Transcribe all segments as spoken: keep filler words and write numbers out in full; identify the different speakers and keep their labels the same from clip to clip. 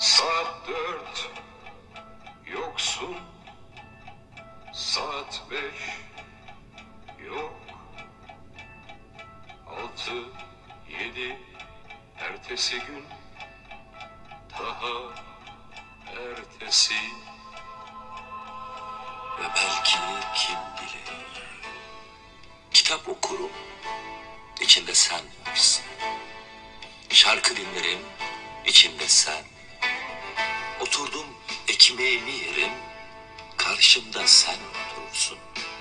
Speaker 1: Saat dört, yoksun. Saat beş, yok. Altı, yedi, ertesi gün. Daha ertesi. Ve belki kim bilir, kitap okurum, içinde sen varsın. Şarkı dinlerim, içinde sen. Oturdum, ekmeğimi yerim, karşımda sen oturursun.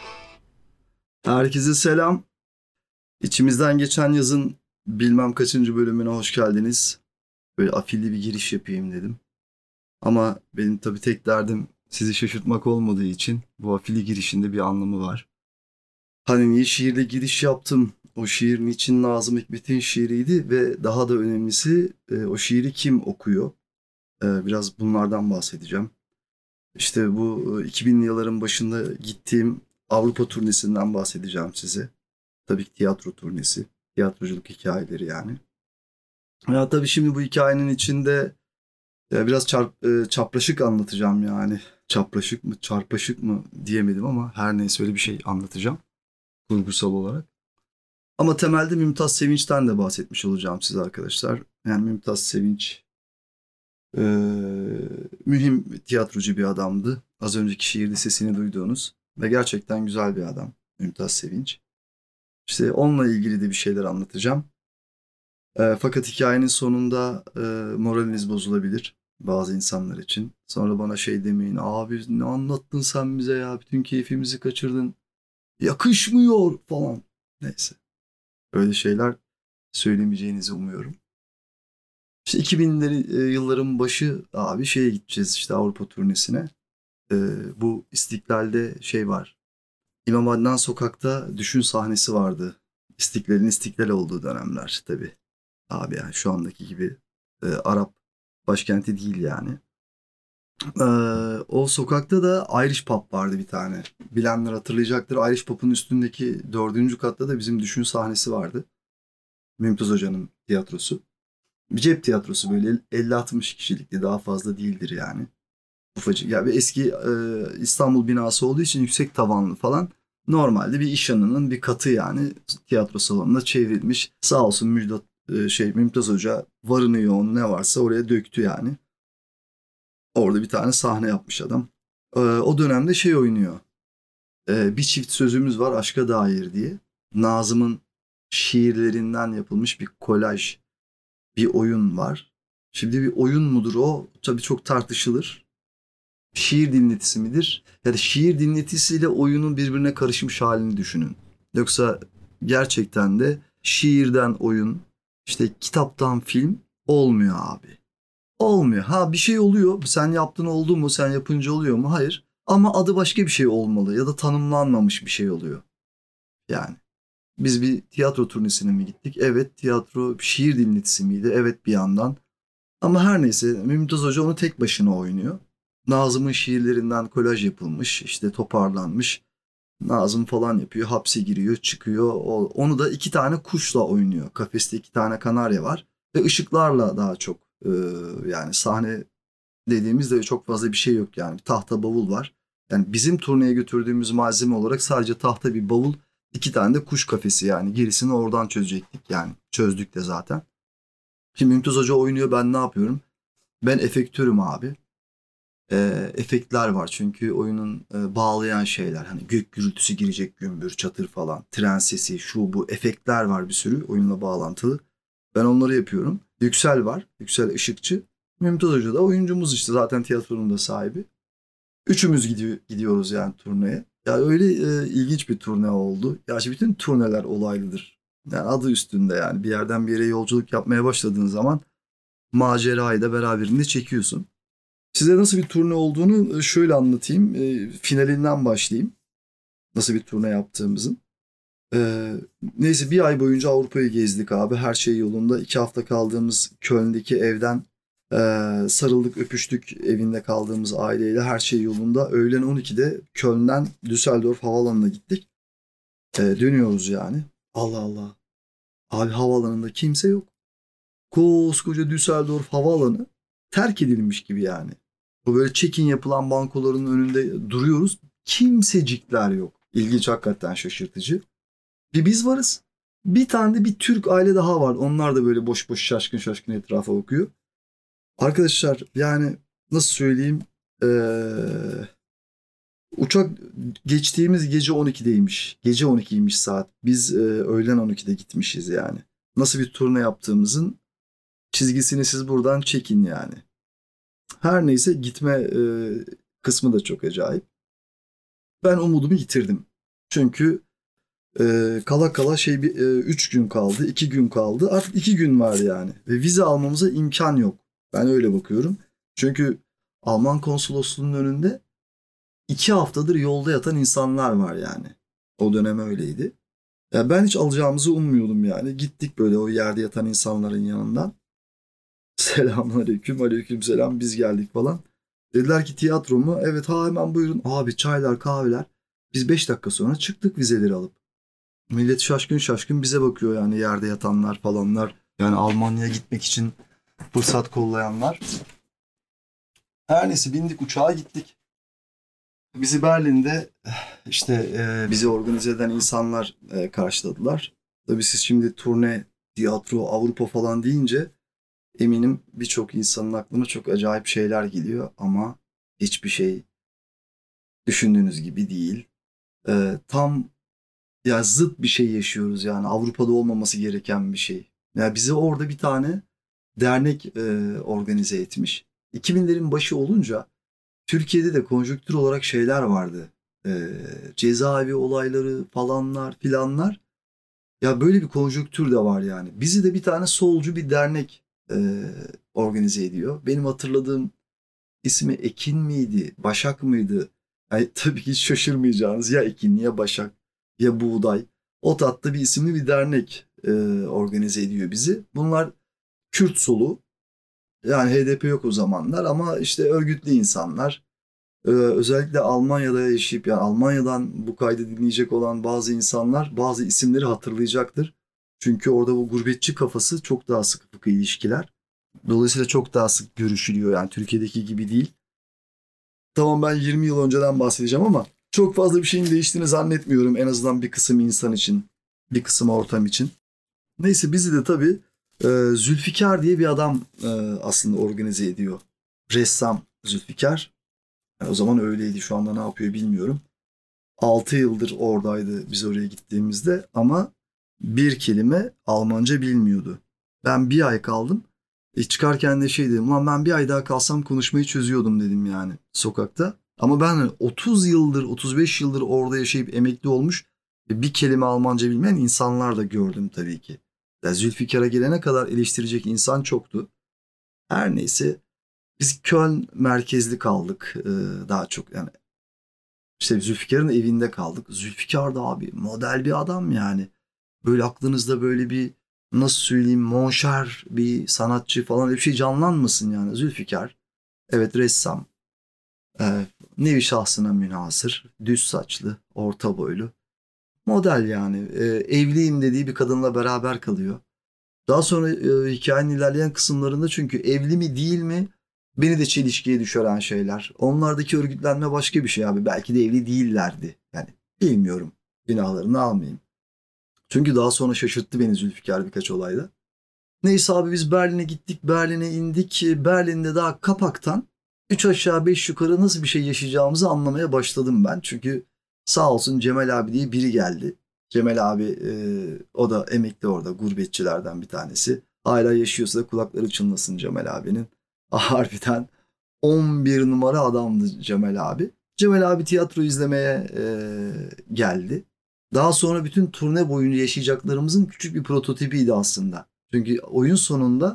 Speaker 2: Herkese selam. İçimizden geçen yazın bilmem kaçıncı bölümüne hoş geldiniz. Böyle afilli bir giriş yapayım dedim. Ama benim tabii tek derdim sizi şaşırtmak olmadığı için bu afilli girişinde bir anlamı var. Hani niye şiirle giriş yaptım? O şiir niçin Nazım Hikmet'in şiiriydi ve daha da önemlisi e, o şiiri kim okuyor? E, biraz bunlardan bahsedeceğim. İşte bu e, iki binli yılların başında gittiğim Avrupa turnesinden bahsedeceğim size. Tabii ki tiyatro turnesi. Tiyatroculuk hikayeleri yani. Ya tabii şimdi bu hikayenin içinde e, biraz çarp, e, çapraşık anlatacağım yani. Çapraşık mı, çarpaşık mı diyemedim ama her neyse öyle bir şey anlatacağım. Kurgusal olarak. Ama temelde Mümtaz Sevinç'ten de bahsetmiş olacağım size arkadaşlar. Yani Mümtaz Sevinç e, mühim tiyatrocu bir adamdı. Az önceki şiirde sesini duyduğunuz. Ve gerçekten güzel bir adam Mümtaz Sevinç. İşte onunla ilgili de bir şeyler anlatacağım. E, fakat hikayenin sonunda e, moraliniz bozulabilir bazı insanlar için. Sonra bana şey demeyin, abi ne anlattın sen bize ya, bütün keyfimizi kaçırdın, yakışmıyor falan. Neyse, öyle şeyler söylemeyeceğinizi umuyorum. İşte iki binli e, yılların başı abi şeye gideceğiz işte Avrupa turnesine. E, bu İstiklal'de şey var. İmam Adnan Sokak'ta Düşün sahnesi vardı. İstiklal'in İstiklal olduğu dönemler tabii. Abi yani şu andaki gibi e, Arap başkenti değil yani. E, o sokakta da Irish Pub vardı bir tane. Bilenler hatırlayacaktır. Irish Pub'un üstündeki dördüncü katta da bizim Düşün sahnesi vardı. Mümtaz Hoca'nın tiyatrosu. Bir cep tiyatrosu böyle elli altmış kişilikti, daha fazla değildir yani. Ufacık. Ya bir eski e, İstanbul binası olduğu için yüksek tavanlı falan. Normalde bir iş yanının bir katı yani tiyatro salonuna çevrilmiş. Sağ olsun Müjdat e, şey Mümtaz Hoca varını yoğunu ne varsa oraya döktü yani. Orada bir tane sahne yapmış adam. E, o dönemde şey oynuyor. E, bir çift sözümüz var aşka dair diye. Nazım'ın şiirlerinden yapılmış bir kolaj, bir oyun var. Şimdi bir oyun mudur o? Tabii çok tartışılır. Şiir dinletisi midir? Ya da şiir dinletisiyle oyunun birbirine karışmış halini düşünün. Yoksa gerçekten de şiirden oyun, işte kitaptan film olmuyor abi. Olmuyor. Ha bir şey oluyor. Sen yaptın oldu mu? Sen yapınca oluyor mu? Hayır. Ama adı başka bir şey olmalı ya da tanımlanmamış bir şey oluyor. Yani biz bir tiyatro turnesine mi gittik? Evet, tiyatro şiir dinletisi miydi? Evet, bir yandan. Ama her neyse Mümtaz Hoca onu tek başına oynuyor. Nazım'ın şiirlerinden kolaj yapılmış, işte toparlanmış. Nazım falan yapıyor, hapse giriyor, çıkıyor. O, onu da iki tane kuşla oynuyor. Kafeste iki tane kanarya var. Ve ışıklarla daha çok e, yani sahne dediğimizde çok fazla bir şey yok yani. Bir tahta bavul var. Yani bizim turneye götürdüğümüz malzeme olarak sadece tahta bir bavul, iki tane de kuş kafesi yani. Gerisini oradan çözecektik yani. Çözdük de zaten. Şimdi Mümtaz Hoca oynuyor, ben ne yapıyorum? Ben efektörüm abi. Ee, efektler var çünkü oyunun e, bağlayan şeyler. Hani gök gürültüsü girecek, gümbür, çatır falan. Tren sesi, şu bu efektler var bir sürü oyunla bağlantılı. Ben onları yapıyorum. Yüksel var. Yüksel ışıkçı. Mümtaz Hoca da oyuncumuz işte, zaten tiyatronun da sahibi. Üçümüz gidiyor, gidiyoruz yani turneye. Ya öyle e, ilginç bir turne oldu. Gerçi bütün turneler olaylıdır. Yani adı üstünde yani. Bir yerden bir yere yolculuk yapmaya başladığın zaman macerayı da beraberinde çekiyorsun. Size nasıl bir turne olduğunu şöyle anlatayım. E, finalinden başlayayım. Nasıl bir turne yaptığımızın. E, neyse bir ay boyunca Avrupa'yı gezdik abi. Her şey yolunda. İki hafta kaldığımız Köln'deki evden e, sarıldık, öpüştük, evinde kaldığımız aileyle, her şey yolunda. Öğlen on ikide Köln'den Düsseldorf havaalanına gittik. E, dönüyoruz yani. Allah Allah. Abi havaalanında kimse yok. Koskoca Düsseldorf havaalanı. terk edilmiş gibi yani. Bu böyle check-in yapılan bankoların önünde duruyoruz. Kimsecikler yok. İlginç, hakikaten şaşırtıcı. Bir biz varız. Bir tane de bir Türk aile daha var. Onlar da böyle boş boş şaşkın şaşkın etrafa bakıyor. Arkadaşlar yani nasıl söyleyeyim? Ee, uçak geçtiğimiz gece on ikideymiş. Gece on ikiymiş saat. Biz e, öğlen on ikide gitmişiz yani. Nasıl bir turne yaptığımızın çizgisini siz buradan çekin yani. Her neyse, gitme e, kısmı da çok acayip. Ben umudumu yitirdim. Çünkü e, kala kala şey bir e, üç gün kaldı, iki gün kaldı. Artık iki gün var yani. Ve vize almamıza imkan yok. Ben öyle bakıyorum. Çünkü Alman konsolosluğunun önünde iki haftadır yolda yatan insanlar var yani. O dönem öyleydi. Ya ben hiç alacağımızı ummuyordum yani. Gittik böyle o yerde yatan insanların yanından. Selamünaleyküm, aleykümselam, biz geldik falan. Dediler ki tiyatro mu? Evet, ha hemen buyurun. Abi çaylar, kahveler. Biz beş dakika sonra çıktık vizeleri alıp. Millet şaşkın şaşkın bize bakıyor yani, yerde yatanlar falanlar. Yani Almanya'ya gitmek için fırsat kollayanlar. Her neyse bindik uçağa gittik. Bizi Berlin'de işte e, bizi organize eden insanlar e, karşıladılar. Tabii siz şimdi turne, tiyatro, Avrupa falan deyince eminim birçok insanın aklına çok acayip şeyler geliyor ama hiçbir şey düşündüğünüz gibi değil. Ee, tam ya zıt bir şey yaşıyoruz yani, Avrupa'da olmaması gereken bir şey. Yani bizi orada bir tane dernek e, organize etmiş. iki binlerin başı olunca Türkiye'de de konjonktür olarak şeyler vardı. Ee, cezaevi olayları falanlar filanlar. Ya böyle bir konjonktür de var yani. Bizi de bir tane solcu bir dernek e, organize ediyor. Benim hatırladığım ismi Ekin miydi, Başak mıydı? Yani tabii ki hiç şaşırmayacağınız, ya Ekin ya Başak ya Buğday. O tatlı bir isimli bir dernek e, organize ediyor bizi. Bunlar Kürt solu. Yani H D P yok o zamanlar ama işte örgütlü insanlar. Ee, özellikle Almanya'da yaşayıp yani Almanya'dan bu kaydı dinleyecek olan bazı insanlar bazı isimleri hatırlayacaktır. Çünkü orada bu gurbetçi kafası çok daha sıkı fıkı ilişkiler. Dolayısıyla çok daha sık görüşülüyor yani, Türkiye'deki gibi değil. Tamam, ben yirmi yıl önceden bahsedeceğim ama çok fazla bir şeyin değiştiğini zannetmiyorum, en azından bir kısım insan için, bir kısım ortam için. Neyse, bizi de tabii e, Zülfikar diye bir adam e, aslında organize ediyor. Ressam Zülfikar. Yani o zaman öyleydi, şu anda ne yapıyor bilmiyorum. altı yıldır oradaydı biz oraya gittiğimizde ama bir kelime Almanca bilmiyordu. Ben bir ay kaldım. E çıkarken de şey dedim, ulan ben bir ay daha kalsam konuşmayı çözüyordum dedim yani sokakta. Ama ben hani otuz yıldır, otuz beş yıldır orada yaşayıp emekli olmuş ve bir kelime Almanca bilmeyen insanlar da gördüm tabii ki. Yani Zülfikar'a gelene kadar eleştirecek insan çoktu. Her neyse, biz Köln merkezli kaldık ee, daha çok yani. İşte Zülfikar'ın evinde kaldık. Zülfikar da abi model bir adam yani. Böyle aklınızda böyle bir, nasıl söyleyeyim, monşer bir sanatçı falan öyle bir şey canlanmasın yani. Zülfikar evet ressam. Ee, nevi şahsına münhasır. Düz saçlı, orta boylu. Model yani. Ee, evliyim dediği bir kadınla beraber kalıyor. Daha sonra e, hikayenin ilerleyen kısımlarında, çünkü evli mi değil mi beni de çelişkiye düşüren şeyler. Onlardaki örgütlenme başka bir şey abi. Belki de evli değillerdi. Yani bilmiyorum. Günahlarını almayayım. Çünkü daha sonra şaşırttı beni Zülfikar birkaç olayda. Neyse abi, biz Berlin'e gittik. Berlin'e indik. Berlin'de daha kapaktan üç aşağı beş yukarı nasıl bir şey yaşayacağımızı anlamaya başladım ben. Çünkü sağ olsun Cemal abi diye biri geldi. Cemal abi e, o da emekli orada, gurbetçilerden bir tanesi. Hala yaşıyorsa da kulakları çınlasın Cemal abinin. Harbiden on bir numara adamdı Cemal abi. Cemal abi tiyatro izlemeye e, geldi. Daha sonra bütün turne boyunca yaşayacaklarımızın küçük bir prototipiydi aslında. Çünkü oyun sonunda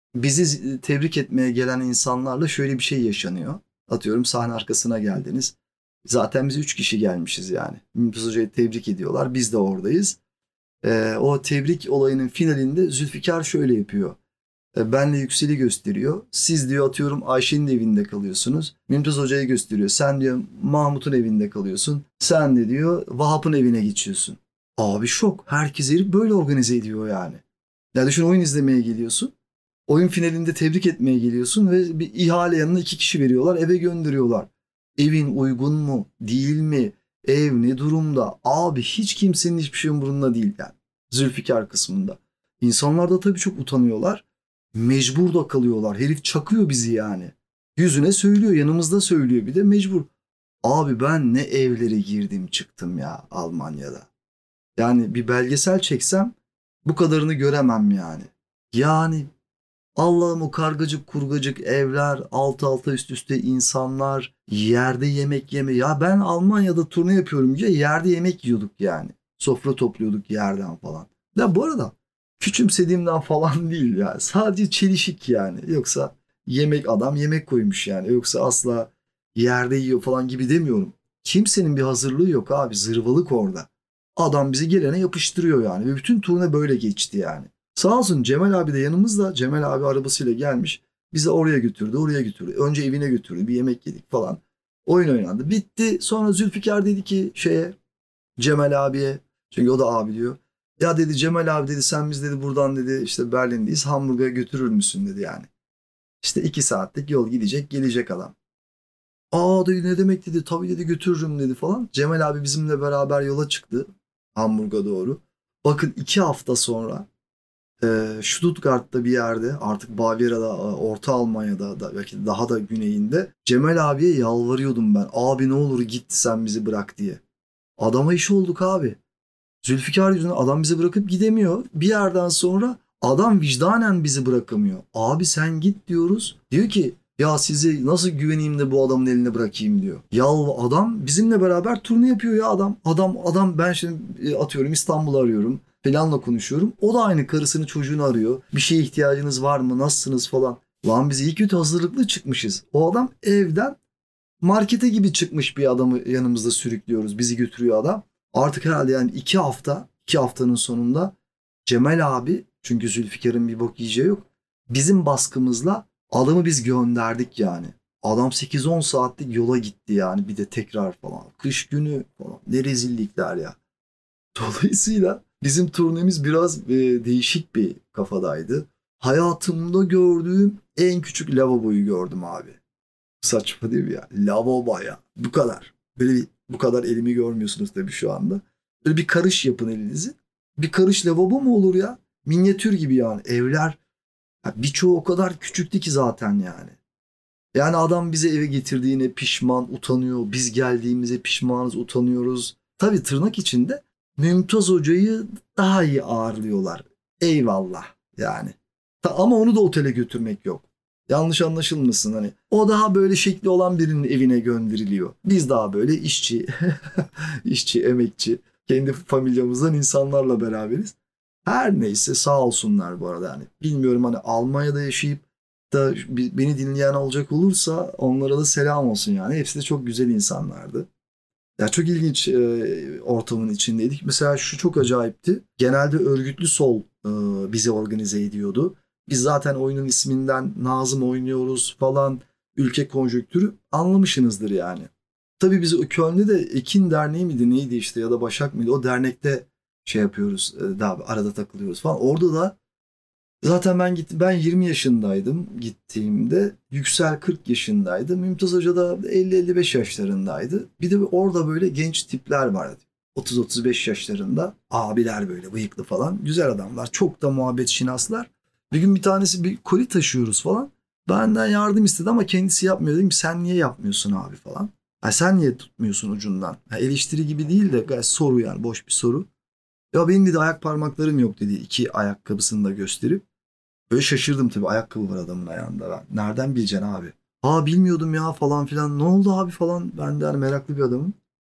Speaker 2: bizi tebrik etmeye gelen insanlarla şöyle bir şey yaşanıyor. Atıyorum, sahne arkasına geldiniz. Zaten biz üç kişi gelmişiz yani. Mümtaz Hoca'yı tebrik ediyorlar. Biz de oradayız. Ee, o tebrik olayının finalinde Zülfikar şöyle yapıyor. Ee, benle Yüksel'i gösteriyor. Siz diyor atıyorum Ayşe'nin evinde kalıyorsunuz. Mümtaz Hoca'yı gösteriyor. Sen diyor Mahmut'un evinde kalıyorsun. Sen de diyor Vahap'ın evine geçiyorsun. Abi şok. Herkes herif böyle organize ediyor yani. Ya düşün, oyun izlemeye geliyorsun. Oyun finalinde tebrik etmeye geliyorsun ve bir ihale yanına iki kişi veriyorlar, eve gönderiyorlar. Evin uygun mu, değil mi? Ev ne durumda? Abi hiç kimsenin hiçbir şey umurunda değil yani. Zülfikar kısmında. İnsanlar da tabii çok utanıyorlar. Mecbur da kalıyorlar. Herif çakıyor bizi yani. Yüzüne söylüyor, yanımızda söylüyor, bir de mecbur. Abi ben ne evlere girdim çıktım ya Almanya'da. Yani bir belgesel çeksem bu kadarını göremem yani. Yani Allah'ım, o kargacık kurgacık evler, alt alta üst üste insanlar, yerde yemek yeme. Ya ben Almanya'da turne yapıyorum diye yerde yemek yiyorduk yani. Sofra topluyorduk yerden falan. Ya bu arada küçümsediğimden falan değil yani. Sadece çelişik yani. Yoksa yemek, adam yemek koymuş yani. Yoksa asla yerde yiyor falan gibi demiyorum. Kimsenin bir hazırlığı yok abi. Zırvalık orada. Adam bizi gelene yapıştırıyor yani. Ve bütün turne böyle geçti yani. Sağ olsun Cemal abi de yanımızda. Cemal abi arabasıyla gelmiş. Bizi oraya götürdü, oraya götürdü. Önce evine götürdü. Bir yemek yedik falan. Oyun oynandı. Bitti. Sonra Zülfikar dedi ki şeye, Cemal abiye. Çünkü o da abi diyor. Ya dedi, Cemal abi dedi, sen biz dedi buradan dedi işte Berlin'deyiz. Hamburg'a götürür müsün dedi yani. İşte iki saatlik yol, gidecek gelecek adam. Aa dedi, ne demek dedi. Tabii dedi, götürürüm dedi falan. Cemal abi bizimle beraber yola çıktı. Hamburg'a doğru. Bakın iki hafta sonra Ee, Stuttgart'ta bir yerde, artık Bavyera'da, Orta Almanya'da da belki daha da güneyinde, Cemal abiye yalvarıyordum ben. Abi ne olur git sen bizi bırak diye. Adama iş olduk abi. Zülfikar yüzünden adam bizi bırakıp gidemiyor. Bir yerden sonra adam vicdanen bizi bırakamıyor. Abi sen git diyoruz. Diyor ki ya sizi nasıl güveneyim de bu adamın eline bırakayım diyor. Ya adam bizimle beraber turne yapıyor ya adam. Adam adam ben şimdi atıyorum İstanbul'u arıyorum falanla konuşuyorum. O da aynı karısını çocuğunu arıyor. Bir şeye ihtiyacınız var mı? Nasılsınız falan. Lan biz iyi kötü hazırlıklı çıkmışız. O adam evden markete gibi çıkmış bir adamı yanımızda sürüklüyoruz. Bizi götürüyor adam. Artık herhalde yani iki hafta, iki haftanın sonunda Cemal abi, çünkü Zülfikar'ın bir bok yiyeceği yok, bizim baskımızla adamı biz gönderdik yani. Adam sekiz on saatlik yola gitti yani, bir de tekrar falan. Kış günü falan. Ne rezillikler ya. Dolayısıyla bizim turnemiz biraz e, değişik bir kafadaydı. Hayatımda gördüğüm en küçük lavaboyu gördüm abi. Saçma değil mi ya? Lavabo ya. Bu kadar. Böyle bir, bu kadar elimi görmüyorsunuz tabii şu anda. Böyle bir karış yapın elinizi. Bir karış lavabo mu olur ya? Minyatür gibi yani. Evler ya birçoğu o kadar küçüktü ki zaten yani. Yani adam bize eve getirdiğine pişman, utanıyor. Biz geldiğimize pişmanız, utanıyoruz. Tabii tırnak içinde Mümtaz Hoca'yı daha iyi ağırlıyorlar. Eyvallah yani. Ta- ama onu da otele götürmek yok. Yanlış anlaşılmasın hani. O daha böyle şekli olan birinin evine gönderiliyor. Biz daha böyle işçi, işçi, emekçi, kendi familyamızdan insanlarla beraberiz. Her neyse sağ olsunlar bu arada yani. Bilmiyorum hani Almanya'da yaşayıp da beni dinleyen olacak olursa onlara da selam olsun yani. Hepsi de çok güzel insanlardı. Ya çok ilginç e, ortamın içindeydik. Mesela şu çok acayipti. Genelde örgütlü sol e, bizi organize ediyordu. Biz zaten oyunun isminden Nazım oynuyoruz falan, ülke konjonktürü anlamışsınızdır yani. Tabii biz Köln'de de Ekin Derneği miydi neydi işte, ya da Başak mıydı, o dernekte şey yapıyoruz, e, daha arada takılıyoruz falan. Orada da zaten ben gittim, ben yirmi yaşındaydım gittiğimde. Yüksel kırk yaşındaydı. Mümtaz Hoca da elli elli beş yaşlarındaydı. Bir de orada böyle genç tipler vardı. otuz otuz beş yaşlarında abiler, böyle bıyıklı falan. Güzel adamlar. Çok da muhabbet şinaslar. Bir gün bir tanesi, bir koli taşıyoruz falan. Benden yardım istedi ama kendisi yapmıyor. Dedim ki sen niye yapmıyorsun abi falan. Ha, sen niye tutmuyorsun ucundan? Ha, eleştiri gibi değil de gayet soru yani, boş bir soru. Ya benim dedi ayak parmaklarım yok dedi, iki ayakkabısını da gösterip. Böyle şaşırdım tabii, ayakkabı var adamın ayağında. Ben, nereden bileceksin abi? Aa bilmiyordum ya falan filan. Ne oldu abi falan. Ben de hani meraklı bir adamım.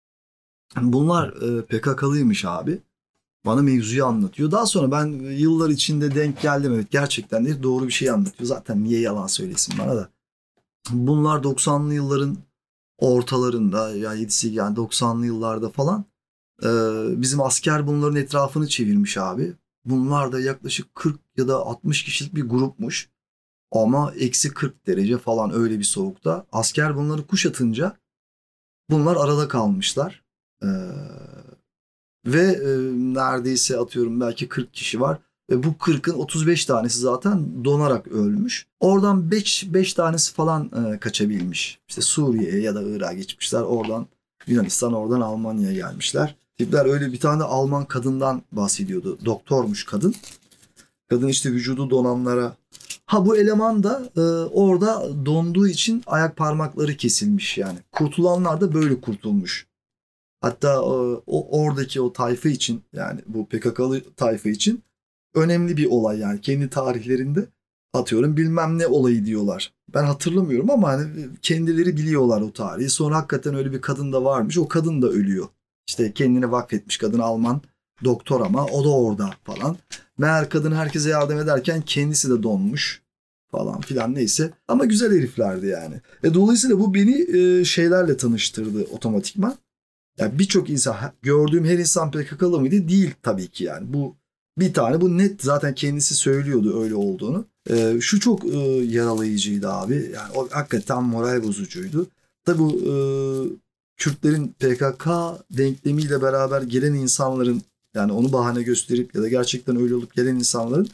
Speaker 2: Bunlar e, P K K'lıymış abi. Bana mevzuyu anlatıyor. Daha sonra ben yıllar içinde denk geldim. Evet gerçekten de doğru bir şey anlatıyor. Zaten niye yalan söylesin bana da. Bunlar doksanlı yılların ortalarında, ya yedisi yani doksanlı yıllarda falan e, bizim asker bunların etrafını çevirmiş abi. Bunlar da yaklaşık kırk ya da altmış kişilik bir grupmuş. Ama eksi kırk derece falan, öyle bir soğukta. Asker bunları kuşatınca bunlar arada kalmışlar. Ee, ve e, neredeyse atıyorum belki kırk kişi var. Ve bu kırkın otuz beş tanesi zaten donarak ölmüş. Oradan beş, beş tanesi falan e, kaçabilmiş. İşte Suriye'ye ya da Irak'a geçmişler. Oradan Yunanistan, oradan Almanya'ya gelmişler. Tipler öyle bir tane Alman kadından bahsediyordu. Doktormuş kadın. Kadın işte vücudu donanlara. Ha bu eleman da e, orada donduğu için ayak parmakları kesilmiş yani. Kurtulanlar da böyle kurtulmuş. Hatta e, o oradaki o tayfa için, yani bu P K K'lı tayfa için önemli bir olay yani. Kendi tarihlerinde atıyorum bilmem ne olayı diyorlar. Ben hatırlamıyorum ama hani kendileri biliyorlar o tarihi. Sonra hakikaten öyle bir kadın da varmış. O kadın da ölüyor. İşte kendini vakfetmiş kadın, Alman doktor ama o da orada falan. Meğer kadın herkese yardım ederken kendisi de donmuş falan filan, neyse. Ama güzel heriflerdi yani. E, dolayısıyla bu beni e, şeylerle tanıştırdı otomatikman. Yani birçok insan, gördüğüm her insan P K K'lı mıydı? Değil tabii ki yani. Bu bir tane, bu net, zaten kendisi söylüyordu öyle olduğunu. Ee, şu çok e, yaralayıcıydı abi. Yani o hakikaten moral bozucuydu. Tabii bu e, Kürtlerin P K K denklemiyle beraber gelen insanların, yani onu bahane gösterip ya da gerçekten öyle olup gelen insanların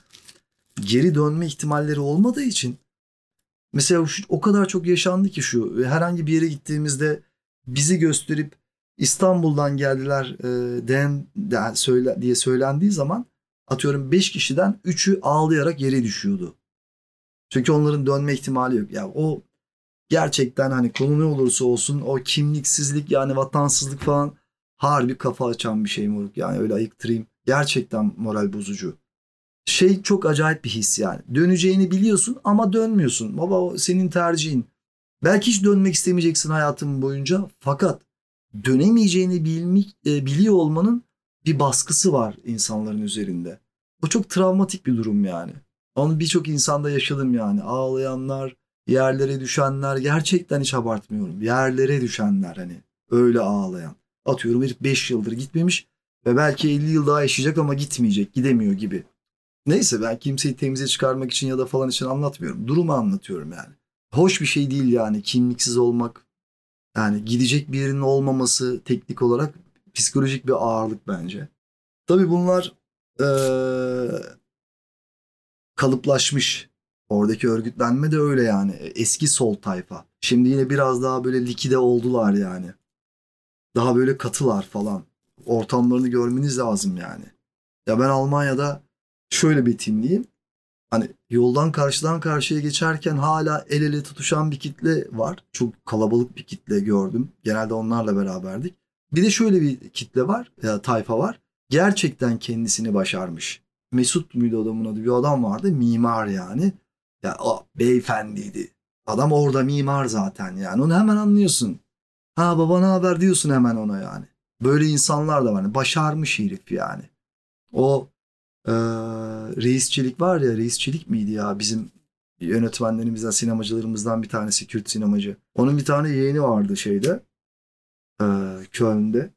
Speaker 2: geri dönme ihtimalleri olmadığı için, mesela şu, o kadar çok yaşandı ki şu, herhangi bir yere gittiğimizde bizi gösterip İstanbul'dan geldiler e, den, den, söyle, diye söylendiği zaman atıyorum beş kişiden üçü ağlayarak yere düşüyordu. Çünkü onların dönme ihtimali yok. Ya o gerçekten hani konu ne olursa olsun o kimliksizlik, yani vatansızlık falan harbi kafa açan bir şey moruk. Yani öyle ayıktırayım. Gerçekten moral bozucu. Şey çok acayip bir his yani. Döneceğini biliyorsun ama dönmüyorsun. Baba o senin tercihin. Belki hiç dönmek istemeyeceksin hayatın boyunca. Fakat dönemeyeceğini bilmek, e, biliyor olmanın bir baskısı var insanların üzerinde. O çok travmatik bir durum yani. Onu birçok insanda yaşadım yani. Ağlayanlar, yerlere düşenler, gerçekten hiç abartmıyorum. Yerlere düşenler, hani öyle ağlayan. Atıyorum herif beş yıldır gitmemiş ve belki elli yıl daha yaşayacak ama gitmeyecek, gidemiyor gibi. Neyse, ben kimseyi temize çıkarmak için ya da falan için anlatmıyorum. Durumu anlatıyorum yani. Hoş bir şey değil yani kimliksiz olmak. Yani gidecek bir yerinin olmaması teknik olarak psikolojik bir ağırlık bence. Tabii bunlar eee, kalıplaşmış. Oradaki örgütlenme de öyle yani. Eski sol tayfa. Şimdi yine biraz daha böyle likide oldular yani. Daha böyle katılar falan. Ortamlarını görmeniz lazım yani. Ya ben Almanya'da şöyle betimleyeyim. Hani yoldan karşıdan karşıya geçerken hala el ele tutuşan bir kitle var. Çok kalabalık bir kitle gördüm. Genelde onlarla beraberdik. Bir de şöyle bir kitle var, ya tayfa var. Gerçekten kendisini başarmış. Mesut muydu adamın adı? Bir adam vardı, mimar yani. Ya o beyefendiydi. Adam orada mimar zaten yani. Onu hemen anlıyorsun. Ha baba ne haber diyorsun hemen ona yani. Böyle insanlar da var. Başarmış herif yani. O ee, reisçilik var ya, reisçilik miydi ya, bizim yönetmenlerimizden, sinemacılarımızdan bir tanesi, Kürt sinemacı. Onun bir tane yeğeni vardı şeyde, e, Köln'de.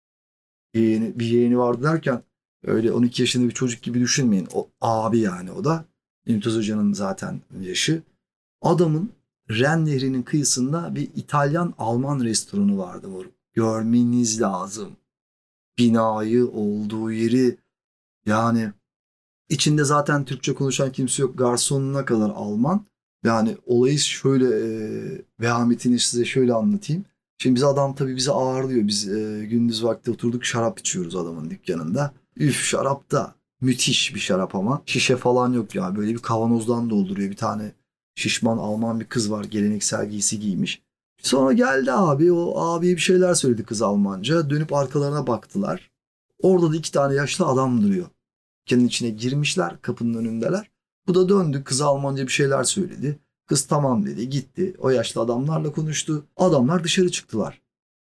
Speaker 2: Yeğeni, bir yeğeni vardı derken öyle on iki yaşında bir çocuk gibi düşünmeyin. O abi yani, o da İmtiaz Hoca'nın zaten yaşı. Adamın Ren Nehri'nin kıyısında bir İtalyan-Alman restoranı vardı. Görmeniz lazım. Binayı, olduğu yeri, yani İçinde zaten Türkçe konuşan kimse yok. Garsonuna kadar Alman. Yani olayı şöyle, e, vehametini size şöyle anlatayım. Şimdi biz, adam tabii bizi ağırlıyor. Biz e, gündüz vakti oturduk, şarap içiyoruz adamın dükkanında. Üf, şarap da müthiş bir şarap ama. Şişe falan yok ya. Böyle bir kavanozdan dolduruyor. Bir tane şişman Alman bir kız var. Geleneksel giysi giymiş. Sonra geldi abi. O abiye bir şeyler söyledi kız Almanca. Dönüp arkalarına baktılar. Orada da iki tane yaşlı adam duruyor. Dükkanın içine girmişler, kapının önündeler. Bu da döndü, kıza Almanca bir şeyler söyledi. Kız tamam dedi, gitti. O yaşlı adamlarla konuştu. Adamlar dışarı çıktılar.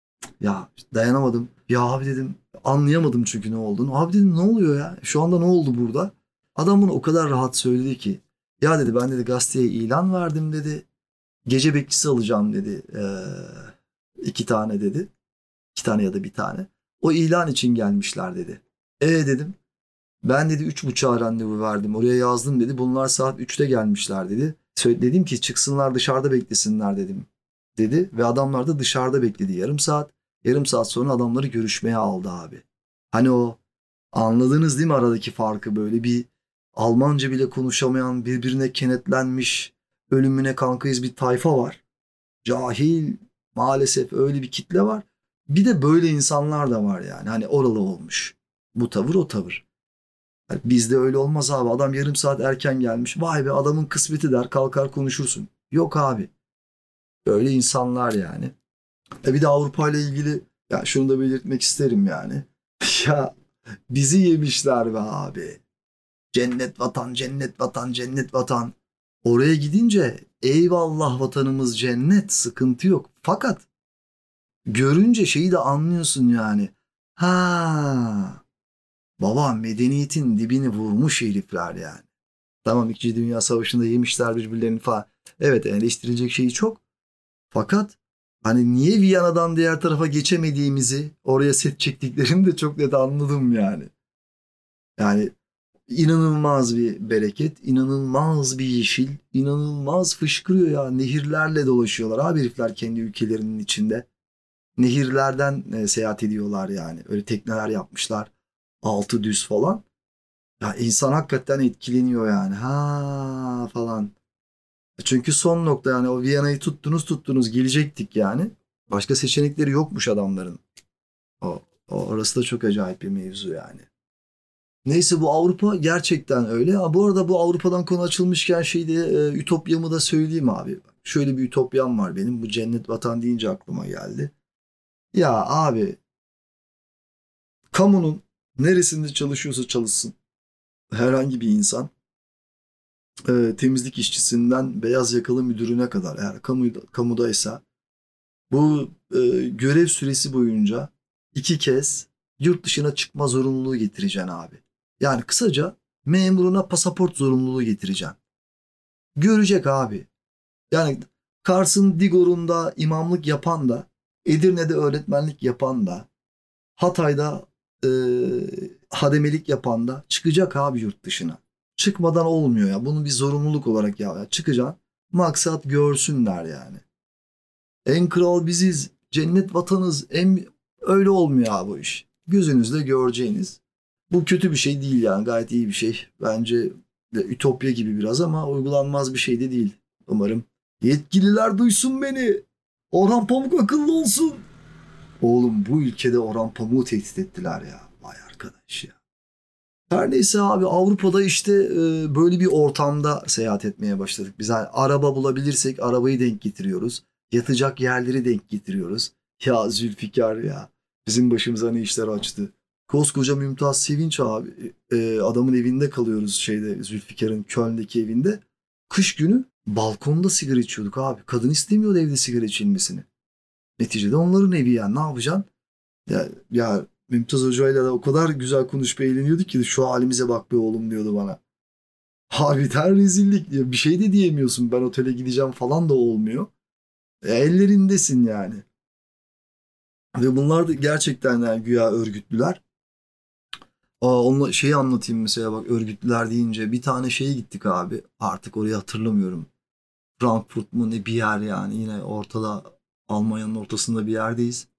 Speaker 2: Ya dayanamadım. Ya abi dedim, anlayamadım çünkü ne olduğunu. Abi dedim, ne oluyor ya? Şu anda ne oldu burada? Adam bunu o kadar rahat söyledi ki. Ya dedi, ben dedi gazeteye ilan verdim dedi. Gece bekçisi alacağım dedi. Ee, iki tane dedi. İki tane ya da bir tane. O ilan için gelmişler dedi. E dedim. Ben dedi üç buçuğa randevu verdim. Oraya yazdım dedi. Bunlar saat üçte gelmişler dedi. Dedim ki çıksınlar dışarıda beklesinler dedim. Dedi ve adamlar da dışarıda bekledi yarım saat. Yarım saat sonra adamları görüşmeye aldı abi. Hani o, anladınız değil mi aradaki farkı, böyle bir Almanca bile konuşamayan, birbirine kenetlenmiş, ölümüne kankayız bir tayfa var. Cahil, maalesef öyle bir kitle var. Bir de böyle insanlar da var yani. Hani oralı olmuş. Bu tavır o tavır. Yani bizde öyle olmaz abi. Adam yarım saat erken gelmiş. Vay be adamın kısmeti der, kalkar konuşursun. Yok abi. Böyle insanlar yani. E bir de Avrupa ile ilgili ya şunu da belirtmek isterim yani. Ya bizi yemişler be abi. Cennet vatan, cennet vatan, cennet vatan. Oraya gidince eyvallah vatanımız cennet, sıkıntı yok. Fakat görünce şeyi de anlıyorsun yani. Ha, baba medeniyetin dibini vurmuş herifler yani. Tamam İkinci Dünya Savaşı'nda yemişler birbirlerini falan. Evet eleştirilecek şeyi çok. Fakat hani niye Viyana'dan diğer tarafa geçemediğimizi oraya set çektiklerini de çok net anladım yani. Yani inanılmaz bir bereket, inanılmaz bir yeşil, inanılmaz fışkırıyor ya. Nehirlerle dolaşıyorlar abi herifler kendi ülkelerinin içinde. Nehirlerden e, seyahat ediyorlar yani. Öyle tekneler yapmışlar. Altı düz falan. Ya insan hakikaten etkileniyor yani. Ha falan. Çünkü son nokta yani o Viyana'yı tuttunuz tuttunuz gelecektik yani. Başka seçenekleri yokmuş adamların. O, o orası da çok acayip bir mevzu yani. Neyse bu Avrupa gerçekten öyle. Ha, bu arada bu Avrupa'dan konu açılmışken şeyde e, ütopyamı da söyleyeyim abi. Şöyle bir ütopyam var benim. Bu cennet vatan deyince aklıma geldi. Ya abi kamunun neresinde çalışıyorsa çalışsın herhangi bir insan e, temizlik işçisinden beyaz yakalı müdürüne kadar eğer kamuda, kamudaysa bu e, görev süresi boyunca iki kez yurt dışına çıkma zorunluluğu getireceksin abi. Yani kısaca memuruna pasaport zorunluluğu getireceksin. Görecek abi. Yani Kars'ın Digor'unda imamlık yapan da, Edirne'de öğretmenlik yapan da, Hatay'da e, hademelik yapan da çıkacak abi yurt dışına. Çıkmadan olmuyor ya. Bunu bir zorunluluk olarak ya. Çıkacaksın. Maksat görsünler yani. En kral biziz. Cennet vatanız. En... Öyle olmuyor abi bu iş. Gözünüzle göreceğiniz. Bu kötü bir şey değil yani. Gayet iyi bir şey. Bence de ütopya gibi biraz ama uygulanmaz bir şey de değil. Umarım yetkililer duysun beni. Orhan Pamuk akıllı olsun. Oğlum bu ülkede Orhan Pamuk'u tehdit ettiler ya. Vay arkadaş ya. Her neyse abi Avrupa'da işte e, böyle bir ortamda seyahat etmeye başladık. Biz hani araba bulabilirsek arabayı denk getiriyoruz. Yatacak yerleri denk getiriyoruz. Ya Zülfikar ya. Bizim başımıza ne işler açtı. Koskoca Mümtaz Sevinç abi. E, adamın evinde kalıyoruz şeyde Zülfikar'ın Köln'deki evinde. Kış günü balkonda sigara içiyorduk abi. Kadın istemiyordu evde sigara içilmesini. Neticede onların evi yani ne yapacaksın? Ya, ya Mümtaz Hoca'yla da o kadar güzel konuşup eğleniyorduk ki şu halimize bak be oğlum diyordu bana. Harbiden rezillik diyor. Bir şey de diyemiyorsun ben otele gideceğim falan da olmuyor. E, ellerindesin yani. Ve bunlar da gerçekten yani güya örgütlüler. Aa, onunla şeyi anlatayım mesela bak örgütlüler deyince bir tane şeye gittik abi. Artık orayı hatırlamıyorum. Frankfurt mu ne bir yer yani yine ortada Almanya'nın ortasında bir yerdeyiz.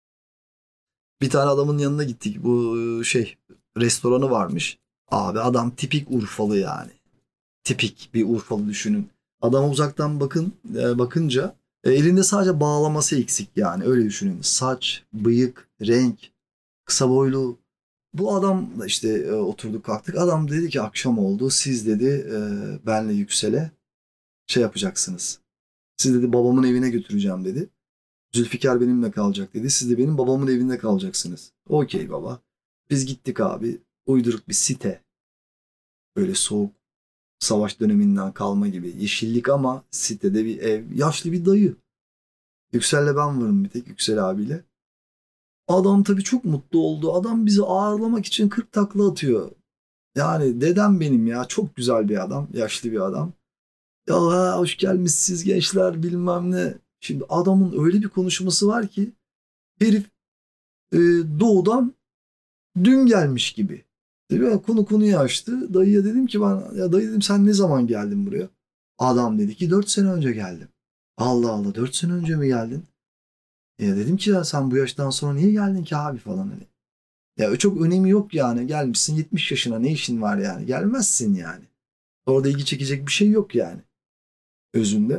Speaker 2: Bir tane adamın yanına gittik. Bu şey restoranı varmış. Abi adam tipik Urfalı yani. Tipik bir Urfalı düşünün. Adama uzaktan bakın e, bakınca e, elinde sadece bağlaması eksik yani öyle düşünün. Saç, bıyık, renk, kısa boylu. Bu adam da işte e, oturduk kalktık. Adam dedi ki akşam oldu. Siz dedi e, benle Yüksel'e şey yapacaksınız. Siz dedi babamın evine götüreceğim dedi. Zülfikar benimle kalacak dedi. Siz de benim babamın evinde kalacaksınız. Okey baba. Biz gittik abi. Uyduruk bir site. Böyle soğuk savaş döneminden kalma gibi. Yeşillik ama sitede bir ev. Yaşlı bir dayı. Yüksel'le ben varım bir tek. Yüksel abiyle. Adam tabii çok mutlu oldu. Adam bizi ağırlamak için kırk takla atıyor. Yani dedem benim ya. Çok güzel bir adam. Yaşlı bir adam. Ya ha, hoş gelmişsiniz gençler bilmem ne. Şimdi adamın öyle bir konuşması var ki herif e, doğudan dün gelmiş gibi. Tabii konu konuyu açtı. Dayıya dedim ki ben ya dayı dedim sen ne zaman geldin buraya? Adam dedi ki dört sene önce geldim. Allah Allah dört sene önce mi geldin? Ya dedim ki ya sen bu yaştan sonra niye geldin ki abi falan hani. Ya çok önemi yok yani. Gelmişsin yetmiş yaşına, ne işin var yani? Gelmezsin yani. Orada ilgi çekecek bir şey yok yani özünde.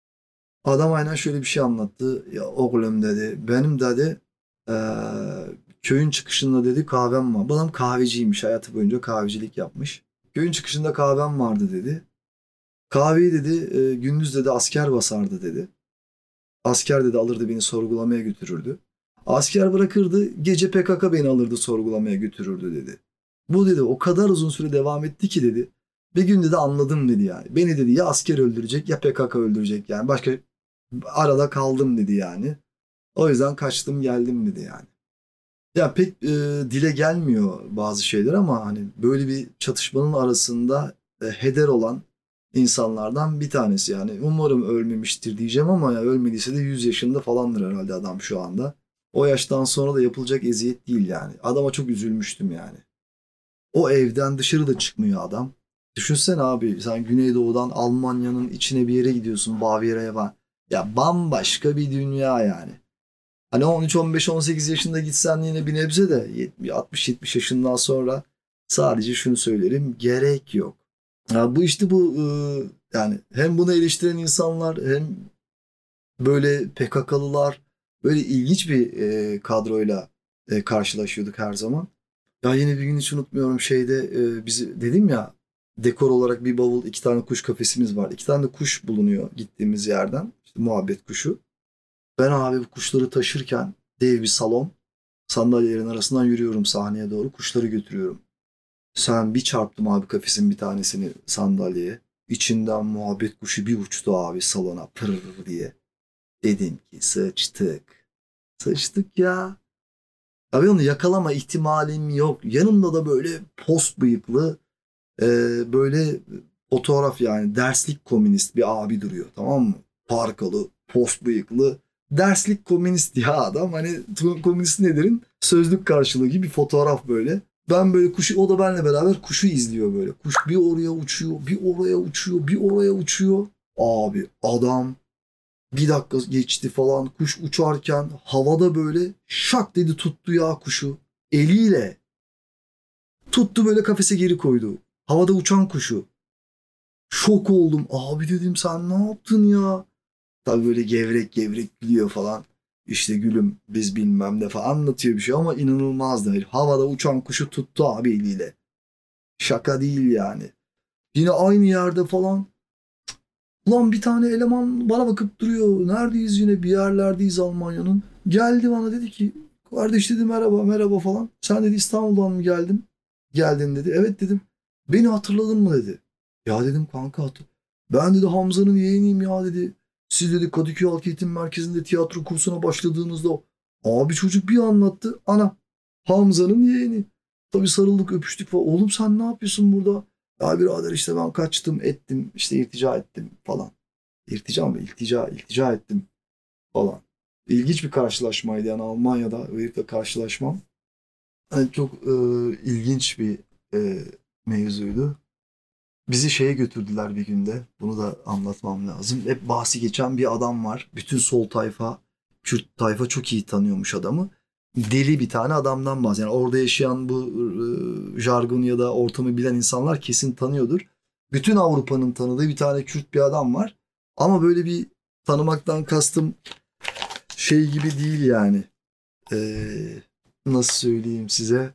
Speaker 2: Adam aynen şöyle bir şey anlattı. Ya oğlum dedi, benim dedi eee, köyün çıkışında dedi kahvem var. Bu adam kahveciymiş, hayatı boyunca kahvecilik yapmış. Köyün çıkışında kahvem vardı dedi. Kahveyi dedi e, gündüz dedi asker basardı dedi. Asker dedi alırdı beni sorgulamaya götürürdü. Asker bırakırdı, gece P K K beni alırdı sorgulamaya götürürdü dedi. Bu dedi o kadar uzun süre devam etti ki dedi. Bir gün dedi anladım dedi yani. Beni dedi ya asker öldürecek ya P K K öldürecek yani. Başka arada kaldım dedi yani. O yüzden kaçtım geldim dedi yani. Ya pek e, dile gelmiyor bazı şeyler ama hani böyle bir çatışmanın arasında e, heder olan insanlardan bir tanesi yani. Umarım ölmemiştir diyeceğim ama ya ölmediyse de yüz yaşında falandır herhalde adam şu anda. O yaştan sonra da yapılacak eziyet değil yani. Adama çok üzülmüştüm yani. O evden dışarı da çıkmıyor adam. Düşünsene abi sen Güneydoğu'dan Almanya'nın içine bir yere gidiyorsun Bavyera'ya falan. Ya bambaşka bir dünya yani. Hani on üç, on beş, on sekiz yaşında gitsen yine bir nebze de altmış yetmiş yaşından sonra sadece şunu söylerim gerek yok. Ya bu işte bu e, yani hem bunu eleştiren insanlar hem böyle P K K'lılar böyle ilginç bir e, kadroyla e, karşılaşıyorduk her zaman. Ya yine bir gün hiç unutmuyorum şeyde e, bizi dedim ya dekor olarak bir bavul iki tane kuş kafesimiz var. İki tane de kuş bulunuyor gittiğimiz yerden. İşte muhabbet kuşu. Ben abi bu kuşları taşırken dev bir salon sandalyelerin arasından yürüyorum sahneye doğru kuşları götürüyorum. Sen bir çarptım abi kafesin bir tanesini sandalyeye. İçinden muhabbet kuşu bir uçtu abi salona pırr diye. Dedim ki sıçtık. Sıçtık ya. Abi onu yakalama ihtimalim yok. Yanımda da böyle post bıyıklı e, böyle fotoğraf yani derslik komünist bir abi duruyor tamam mı? Parkalı, post bıyıklı. Derslik komünist ya adam hani komünist nedirin sözlük karşılığı gibi bir fotoğraf böyle. Ben böyle kuşu o da benle beraber kuşu izliyor böyle. Kuş bir oraya uçuyor, bir oraya uçuyor, bir oraya uçuyor. Abi adam bir dakika geçti falan kuş uçarken havada böyle şak dedi tuttu ya kuşu. Eliyle tuttu böyle kafese geri koydu. Havada uçan kuşu. Şok oldum. Abi dedim sen ne yaptın ya? Tabii böyle gevrek gevrek gülüyor falan. İşte gülüm biz bilmem ne falan anlatıyor bir şey ama inanılmazdı. Havada uçan kuşu tuttu abi eliyle. Şaka değil yani. Yine aynı yerde falan. Ulan bir tane eleman bana bakıp duruyor. Neredeyiz yine bir yerlerdeyiz Almanya'nın. Geldi bana dedi ki kardeş dedi merhaba merhaba falan. Sen dedi İstanbul'dan mı geldin? Geldin dedi. Evet dedim. Beni hatırladın mı dedi. Ya dedim kanka hatır. Ben dedi Hamza'nın yeğeniyim ya dedi. Siz dedi Kadıköy Halk Eğitim Merkezi'nde tiyatro kursuna başladığınızda abi çocuk bir anlattı. Ana Hamza'nın yeğeni. Tabii sarıldık öpüştük falan. Oğlum sen ne yapıyorsun burada? Ya birader işte ben kaçtım ettim işte irtica ettim falan. İrtica mı? İltica, iltica ettim falan. İlginç bir karşılaşmaydı yani Almanya'da özellikle karşılaşmam. Yani çok e, ilginç bir e, mevzuydu. Bizi şeye götürdüler bir günde. Bunu da anlatmam lazım. Hep bahsi geçen bir adam var. Bütün sol tayfa, Kürt tayfa çok iyi tanıyormuş adamı. Deli bir tane adamdan bahsediyor. Yani orada yaşayan bu e, jargon ya da ortamı bilen insanlar kesin tanıyordur. Bütün Avrupa'nın tanıdığı bir tane Kürt bir adam var. Ama böyle bir tanımaktan kastım şey gibi değil yani. Ee, nasıl söyleyeyim size?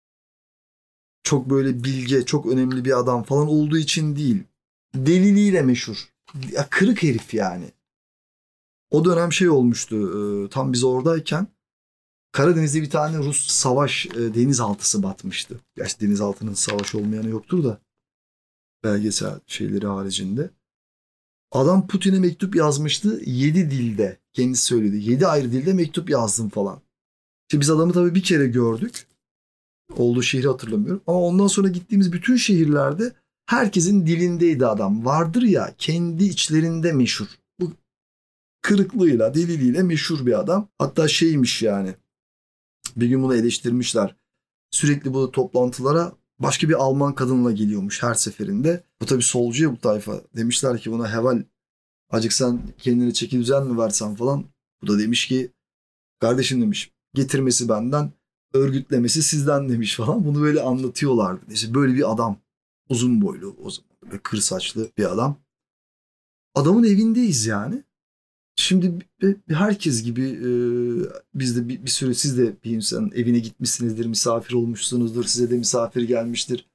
Speaker 2: Çok böyle bilge, çok önemli bir adam falan olduğu için değil. Deliliğiyle meşhur. Ya kırık herif yani. O dönem şey olmuştu. e, Tam biz oradayken Karadeniz'de bir tane Rus savaş e, denizaltısı batmıştı. Gerçi denizaltının savaş olmayanı yoktur da belgesel şeyleri haricinde. Adam Putin'e mektup yazmıştı yedi dilde. Kendisi söyledi. Yedi ayrı dilde mektup yazdım falan. İşte biz adamı tabii bir kere gördük. Olduğu şehri hatırlamıyorum. Ama ondan sonra gittiğimiz bütün şehirlerde herkesin dilindeydi adam. Vardır ya kendi içlerinde meşhur. Bu kırıklığıyla, deliliğiyle meşhur bir adam. Hatta şeymiş yani. Bir gün bunu eleştirmişler. Sürekli bu toplantılara başka bir Alman kadınla geliyormuş her seferinde. Bu tabii solcu ya bu tayfa. Demişler ki buna Heval acık sen kendini çeki düzen mi versen falan. Bu da demiş ki kardeşim demiş getirmesi benden örgütlemesi sizden demiş falan. Bunu böyle anlatıyorlardı. İşte böyle bir adam. Uzun boylu o zaman. Böyle kır saçlı bir adam. Adamın evindeyiz yani. Şimdi herkes gibi e, biz de bir, bir süre siz de bir insanın evine gitmişsinizdir, misafir olmuşsunuzdur, size de misafir gelmiştir.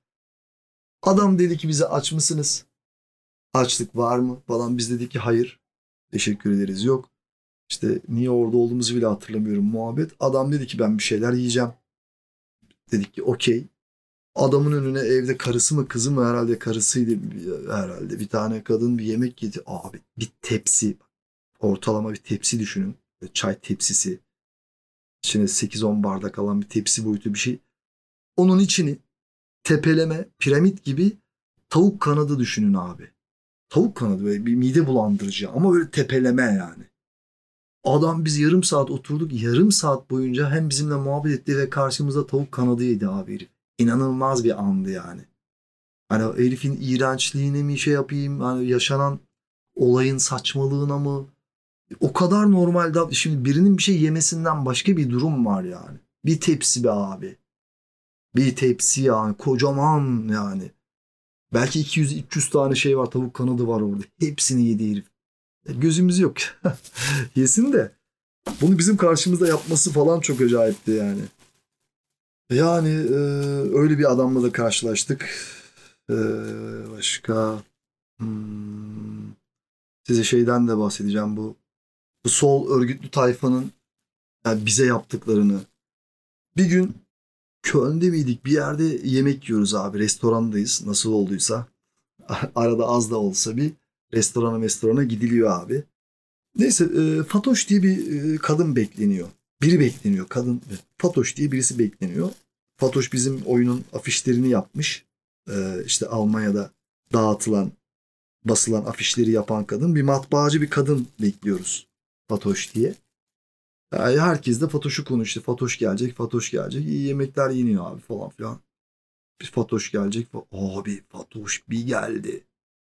Speaker 2: Adam dedi ki bize aç mısınız? Açlık var mı falan. Biz dedik ki hayır. Teşekkür ederiz yok. İşte niye orada olduğumuzu bile hatırlamıyorum muhabbet. Adam dedi ki ben bir şeyler yiyeceğim. Dedik ki okey. Adamın önüne evde karısı mı kızı mı herhalde karısıydı herhalde. Bir tane kadın bir yemek getirdi. Abi bir tepsi. Ortalama bir tepsi düşünün. Çay tepsisi. İçine sekiz on bardak alan bir tepsi boyutu bir şey. Onun içini tepeleme, piramit gibi tavuk kanadı düşünün abi. Tavuk kanadı böyle bir mide bulandırıcı ama böyle tepeleme yani. Adam biz yarım saat oturduk. Yarım saat boyunca hem bizimle muhabbet etti ve karşımızda tavuk kanadı yedi abi herif. İnanılmaz bir andı yani. Hani herifin iğrençliğine mi şey yapayım, hani yaşanan olayın saçmalığına mı? O kadar normalde. Şimdi birinin bir şey yemesinden başka bir durum var yani. Bir tepsi be abi. Bir tepsi yani. Kocaman yani. Belki iki yüz üç yüz tane şey var. Tavuk kanadı var orada. Hepsini yedi herif. Gözümüz yok. Yesin de. Bunu bizim karşımızda yapması falan çok acayipti yani. Yani e, öyle bir adamla da karşılaştık. E, başka hmm, size şeyden de bahsedeceğim bu. Bu sol örgütlü tayfanın yani bize yaptıklarını. Bir gün Köln'de miydik? Bir yerde yemek yiyoruz abi. Restorandayız. Nasıl olduysa. Arada az da olsa bir restorana restorana gidiliyor abi. Neyse e, Fatoş diye bir e, kadın bekleniyor. Biri bekleniyor. Kadın Fatoş diye birisi bekleniyor. Fatoş bizim oyunun afişlerini yapmış. E, işte Almanya'da dağıtılan, basılan afişleri yapan kadın. Bir matbaacı bir kadın bekliyoruz. Fatoş diye. Yani herkes de Fatoş'u konuştu. Fatoş gelecek, Fatoş gelecek. İyi yemekler yeniyor abi falan filan. Bir Fatoş gelecek. Abi Fatoş bir geldi.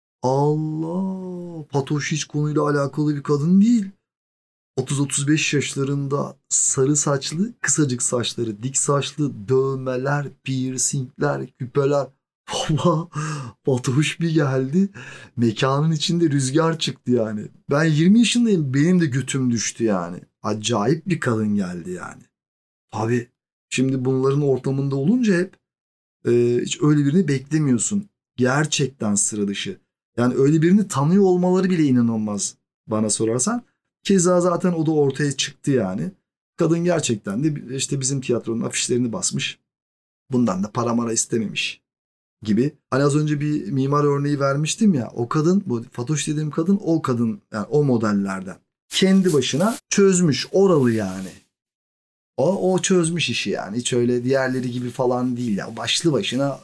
Speaker 2: Allah! Fatoş hiç konuyla alakalı bir kadın değil. otuz otuz beş yaşlarında sarı saçlı, kısacık saçları, dik saçlı, dövmeler, piercingler, küpeler. Valla Fatoş bir geldi. Mekanın içinde rüzgar çıktı yani. Ben yirmi yaşındayım. Benim de götüm düştü yani. Acayip bir kadın geldi yani. Tabii şimdi bunların ortamında olunca hep e, hiç öyle birini beklemiyorsun. Gerçekten sıra dışı. Yani öyle birini tanıyor olmaları bile inanılmaz bana sorarsan. Keza zaten o da ortaya çıktı yani. Kadın gerçekten de işte bizim tiyatronun afişlerini basmış. Bundan da para mara istememiş gibi. Hani az önce bir mimar örneği vermiştim ya. O kadın, bu Fatoş dediğim kadın o kadın yani o modellerden. Kendi başına çözmüş oralı yani. O, o çözmüş işi yani. Hiç öyle diğerleri gibi falan değil ya. Başlı başına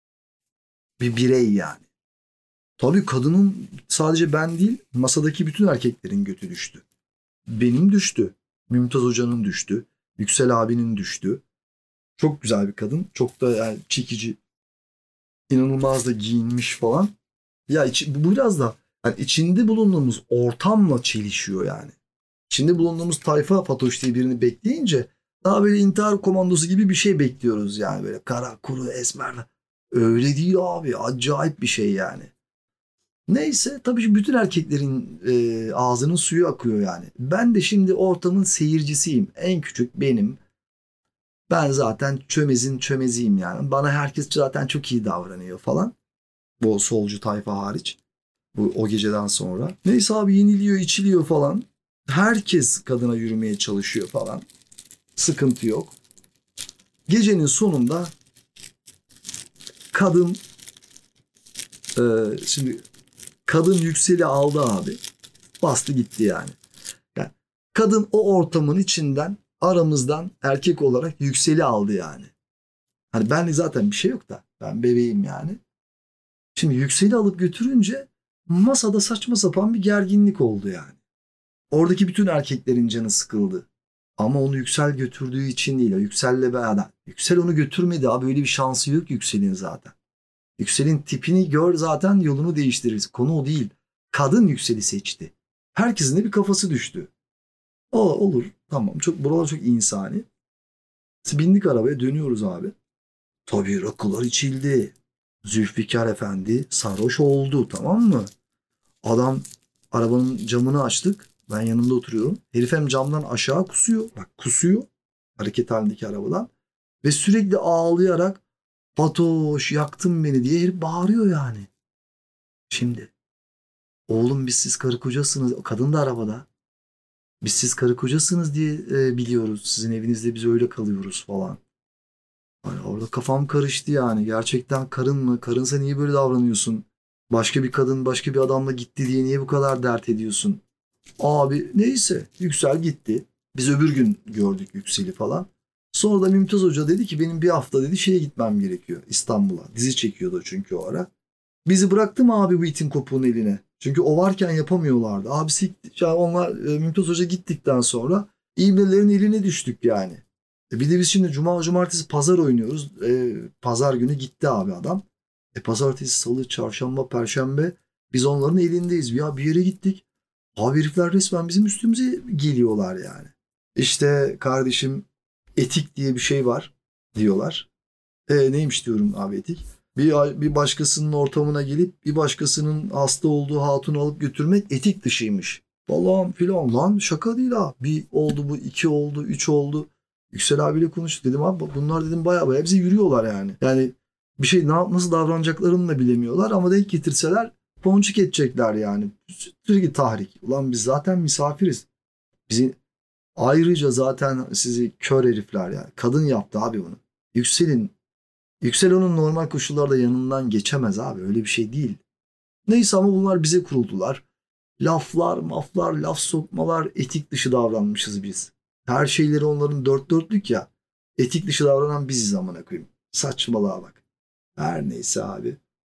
Speaker 2: bir birey yani. Tabii kadının sadece ben değil masadaki bütün erkeklerin götü düştü. Benim düştü. Mümtaz Hoca'nın düştü. Yüksel abinin düştü. Çok güzel bir kadın. Çok da yani çekici. İnanılmaz da giyinmiş falan. Ya içi, bu biraz da yani içinde bulunduğumuz ortamla çelişiyor yani. İçinde bulunduğumuz tayfa Fatoş diye birini bekleyince daha böyle intihar komandosu gibi bir şey bekliyoruz yani. Böyle kara, kuru, esmer. Öyle değil abi. Acayip bir şey yani. Neyse tabii bütün erkeklerin e, ağzının suyu akıyor yani. Ben de şimdi ortamın seyircisiyim. En küçük benim. Ben zaten çömezin çömeziyim yani. Bana herkes zaten çok iyi davranıyor falan. Bu solcu tayfa hariç. Bu o geceden sonra. Neyse abi yeniliyor, içiliyor falan. Herkes kadına yürümeye çalışıyor falan. Sıkıntı yok. Gecenin sonunda kadın e, şimdi kadın Yüksel'i aldı abi. Bastı gitti yani. Yani kadın o ortamın içinden aramızdan erkek olarak Yüksel'i aldı yani. Hani benlik zaten bir şey yok da. Ben bebeğim yani. Şimdi Yüksel'i alıp götürünce masada saçma sapan bir gerginlik oldu yani. Oradaki bütün erkeklerin canı sıkıldı. Ama onu Yüksel götürdüğü için değil. Yüksel'le beraber. Yüksel onu götürmedi abi. Öyle bir şansı yok Yüksel'in zaten. Yüksel'in tipini gör zaten yolunu değiştiririz. Konu o değil. Kadın Yüksel'i seçti. Herkesin de bir kafası düştü. O olur. Tamam. Çok buralar çok insani. Bindik arabaya, dönüyoruz abi. Tabii rakılar içildi. Zülfikar Efendi sarhoş oldu, tamam mı? Adam, arabanın camını açtık. Ben yanında oturuyorum. Herif hem camdan aşağı kusuyor. Bak, kusuyor. Hareket halindeki arabadan. Ve sürekli ağlayarak "Fatoş, yaktın beni" diye herif bağırıyor yani. Şimdi oğlum, biz siz karı kocasınız. Kadın da arabada. Biz siz karı kocasınız diye e, biliyoruz. Sizin evinizde biz öyle kalıyoruz falan. Hani orada kafam karıştı yani. Gerçekten karın mı? Karınsa niye böyle davranıyorsun? Başka bir kadın başka bir adamla gitti diye niye bu kadar dert ediyorsun? Abi neyse, Yüksel gitti. Biz öbür gün gördük Yüksel'i falan. Sonra da Mümtaz Hoca dedi ki benim bir hafta dedi şeye gitmem gerekiyor, İstanbul'a. Dizi çekiyordu çünkü o ara. Bizi bıraktı mı abi bu itin kopuğun eline? Çünkü o varken yapamıyorlardı. Abi sikti. Yani onlar, e, Mümtaz Hoca gittikten sonra İbnelerin eline düştük yani. E bir de biz şimdi cuma, cumartesi, pazar oynuyoruz. E, pazar günü gitti abi adam. E pazartesi, salı, çarşamba, perşembe biz onların elindeyiz. Ya bir yere gittik. Abi herifler resmen bizim üstümüze geliyorlar yani. İşte kardeşim, etik diye bir şey var diyorlar. E neymiş diyorum abi etik? Bir, bir başkasının ortamına gelip bir başkasının hasta olduğu hatunu alıp götürmek etik dışıymış. Falan filan, lan şaka değil ha. Bir oldu bu, iki oldu, üç oldu. Yüksel abiyle konuştuk, dedim abi bunlar dedim baya baya bize yürüyorlar yani. Yani bir şey ne yap- nasıl davranacaklarını da bilemiyorlar ama denk getirseler ponçik edecekler yani. Sürekli tahrik. Ulan biz zaten misafiriz. Bizi ayrıca zaten sizi kör herifler yani. Kadın yaptı abi bunu. Yüksel'in Yüksel onun normal koşullarda yanından geçemez abi. Öyle bir şey değil. Neyse ama bunlar bize kuruldular. Laflar, maflar, laf sokmalar, etik dışı davranmışız biz. Her şeyleri onların dört dörtlük ya. Etik dışı davranan biziz amına koyayım. Saçmalığa bak. Her neyse abi.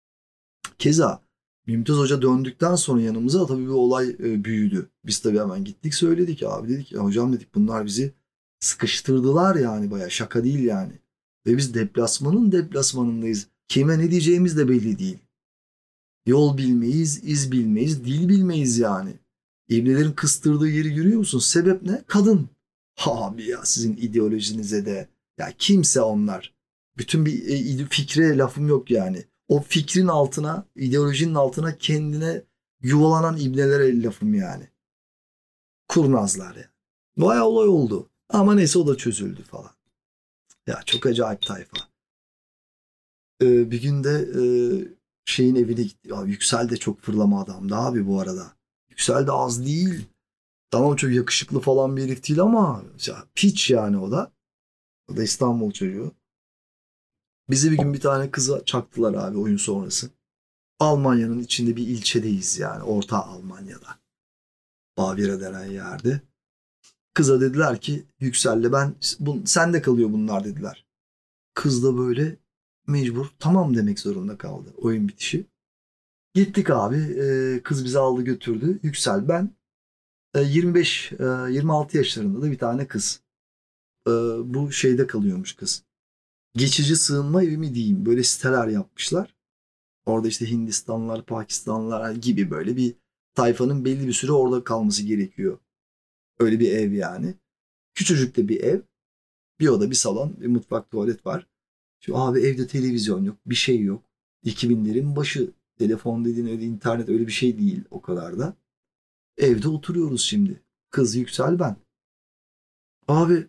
Speaker 2: Keza Mümtaz Hoca döndükten sonra yanımıza tabii bir olay e, büyüdü. Biz tabii hemen gittik söyledik abi, dedik ya hocam dedik bunlar bizi sıkıştırdılar yani, baya şaka değil yani. Ve biz deplasmanın deplasmanındayız. Kime ne diyeceğimiz de belli değil. Yol bilmeyiz, iz bilmeyiz, dil bilmeyiz yani. İbnelerin kıstırdığı yeri görüyor musun? Sebep ne? Kadın. Abi ya sizin ideolojinize de. Ya kimse onlar. Bütün bir e, fikre lafım yok yani. O fikrin altına, ideolojinin altına kendine yuvalanan ibnelere lafım yani. Kurnazlar ya. Bayağı olay oldu. Ama neyse o da çözüldü falan. Ya çok acayip tayfa. Ee, bir gün de e, şeyin evine gitti. Ya Yüksel de çok fırlama adamdı abi bu arada. Yüksel de az değil. Tamam çok yakışıklı falan bir herif değil ama ya, piç yani o da. O da İstanbul çocuğu. Bizi bir gün bir tane kıza çaktılar abi oyun sonrası. Almanya'nın içinde bir ilçedeyiz yani. Orta Almanya'da. Bavyera denen yerde. Kıza dediler ki Yüksel'le ben, bu, sende kalıyor bunlar dediler. Kız da böyle mecbur tamam demek zorunda kaldı oyun bitişi. Gittik abi. E, kız bizi aldı götürdü. Yüksel ben. E, yirmi beş yirmi altı yaşlarında da bir tane kız. E, bu şeyde kalıyormuş kız. Geçici sığınma evi mi diyeyim. Böyle siteler yapmışlar. Orada işte Hindistanlılar, Pakistanlılar gibi böyle bir tayfanın belli bir süre orada kalması gerekiyor. Öyle bir ev yani. Küçücük de bir ev. Bir oda, bir salon, bir mutfak, tuvalet var. Şu abi evde televizyon yok, bir şey yok. iki binlerin başı. Telefon dediğin öyle, internet öyle bir şey değil o kadar da. Evde oturuyoruz şimdi. Kız Yüksel ben. Abi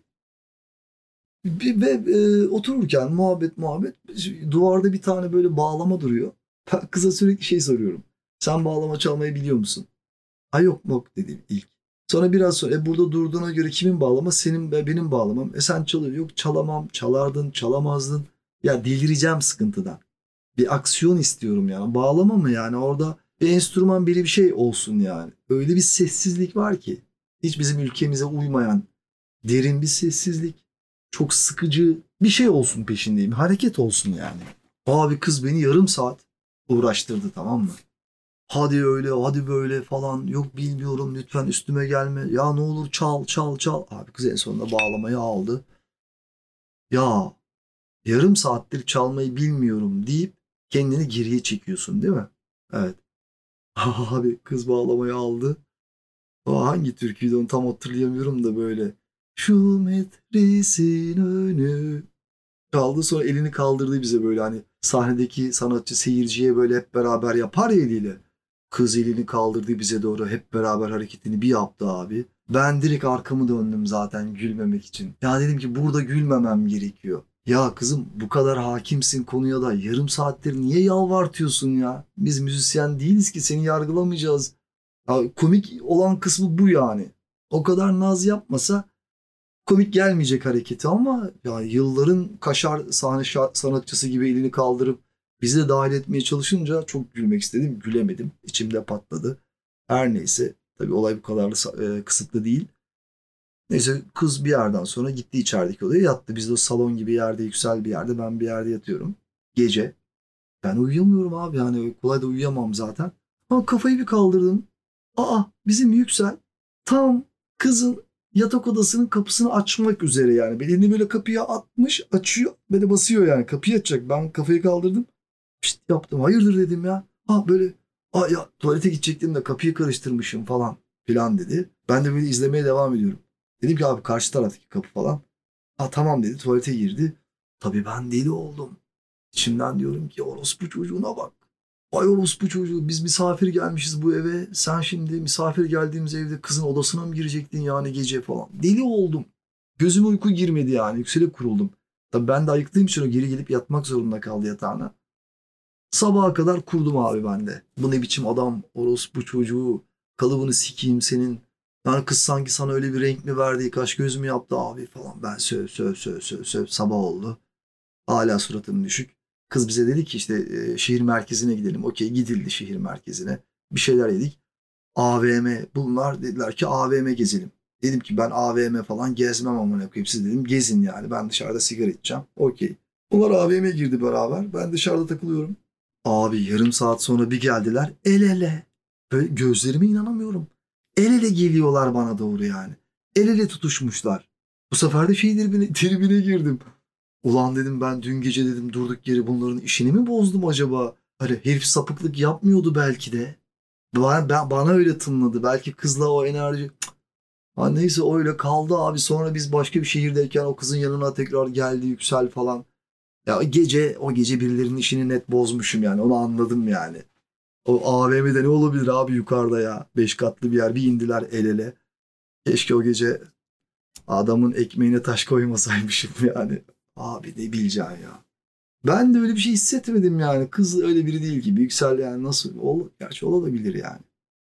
Speaker 2: bir- ve e, otururken muhabbet muhabbet duvarda bir tane böyle bağlama duruyor. Ben kıza sürekli şey soruyorum. Sen bağlama çalmayı biliyor musun? Ha yok yok dedim ilk. Sonra biraz sonra e, burada durduğuna göre kimin bağlama? Senin ve benim bağlamam. E sen çalıyor. Yok çalamam. Çalardın, çalamazdın. Ya delireceğim sıkıntıdan. Bir aksiyon istiyorum yani. Bağlama mı yani orada bir enstrüman biri bir şey olsun yani. Öyle bir sessizlik var ki. Hiç bizim ülkemize uymayan derin bir sessizlik. Çok sıkıcı bir şey olsun peşindeyim. Hareket olsun yani. Abi kız beni yarım saat uğraştırdı, tamam mı? Hadi öyle hadi böyle falan, yok bilmiyorum lütfen üstüme gelme. Ya ne olur çal çal çal. Abi kız en sonunda bağlamayı aldı. Ya yarım saattir çalmayı bilmiyorum deyip kendini geriye çekiyorsun değil mi? Evet. Abi kız bağlamayı aldı. O hangi türküydü onu tam hatırlayamıyorum da böyle. Şu metresin önü. Kaldı, sonra elini kaldırdı bize böyle, hani sahnedeki sanatçı seyirciye böyle hep beraber yapar ya eliyle. Kız elini kaldırdı bize doğru, hep beraber hareketini bir yaptı abi. Ben direkt arkamı döndüm zaten gülmemek için. Ya dedim ki burada gülmemem gerekiyor. Ya kızım, bu kadar hakimsin konuya da yarım saattir niye yalvartıyorsun ya? Biz müzisyen değiliz ki, seni yargılamayacağız. Ya komik olan kısmı bu yani. O kadar naz yapmasa komik gelmeyecek hareketi, ama ya yılların kaşar sahne şa- sanatçısı gibi elini kaldırıp bizi de dahil etmeye çalışınca çok gülmek istedim. Gülemedim. İçimde patladı. Her neyse. Tabii olay bu kadar da sa- e, kısıtlı değil. Neyse, kız bir yerden sonra gitti içerideki odaya yattı. Biz de o salon gibi yerde, yüksel bir yerde, ben bir yerde yatıyorum. Gece. Ben uyuyamıyorum abi, yani öyle kolay da uyuyamam zaten. Ama kafayı bir kaldırdım. Aa, bizim Yüksel tam kızın yatak odasının kapısını açmak üzere yani. Elini böyle kapıya atmış, açıyor. Böyle basıyor yani, kapıyı açacak. Ben kafayı kaldırdım. Pişt yaptım. Hayırdır dedim ya. Ha böyle, aa ya tuvalete gidecektim de kapıyı karıştırmışım falan filan dedi. Ben de böyle izlemeye devam ediyorum. Dedim ki abi karşı taraftaki kapı falan. Ha tamam dedi, tuvalete girdi. Tabii ben deli oldum. İçimden diyorum ki orospu çocuğuna bak. Vay orospu çocuğu, biz misafir gelmişiz bu eve. Sen şimdi misafir geldiğimiz evde kızın odasına mı girecektin yani gece falan. Deli oldum. Gözüme uyku girmedi yani. Yüksele kuruldum. Tabii ben de ayıktığım için o geri gelip yatmak zorunda kaldı yatağına. Sabaha kadar kurdum abi ben de. Bu ne biçim adam, orospu çocuğu. Kalıbını sikeyim senin. Yani kız sanki sana öyle bir renk mi verdi, kaş göz mü yaptı abi falan. Ben söv söv söv söv söv. Sabah oldu. Hala suratım düşük. Kız bize dedi ki işte e, şehir merkezine gidelim. Okey, gidildi şehir merkezine. Bir şeyler yedik. A V M bunlar dediler ki A V M gezelim. Dedim ki ben A V M falan gezmem amına koyayım, siz dedim gezin yani. Ben dışarıda sigara içeceğim. Okey. Bunlar A V M'ye girdi beraber. Ben dışarıda takılıyorum. Abi yarım saat sonra bir geldiler. El ele. Böyle gözlerime inanamıyorum. El ele geliyorlar bana doğru yani. El ele tutuşmuşlar. Bu sefer de şey tribine, tribine girdim. Ulan dedim, ben dün gece dedim durduk yere bunların işini mi bozdum acaba? Hani herif sapıklık yapmıyordu belki de. Bana, ben, bana öyle tınladı. Belki kızla o enerji. Ha, neyse öyle kaldı abi. Sonra biz başka bir şehirdeyken o kızın yanına tekrar geldi Yüksel falan. Ya gece o gece birilerinin işini net bozmuşum yani, onu anladım yani. O A V M'de ne olabilir abi yukarıda ya? Beş katlı bir yer, bir indiler el ele. Keşke o gece adamın ekmeğine taş koymasaymışım yani. Abi ne bileceksin ya. Ben de öyle bir şey hissetmedim yani. Kız öyle biri değil gibi. Yüksel yani nasıl? Ol, gerçi olabilir yani.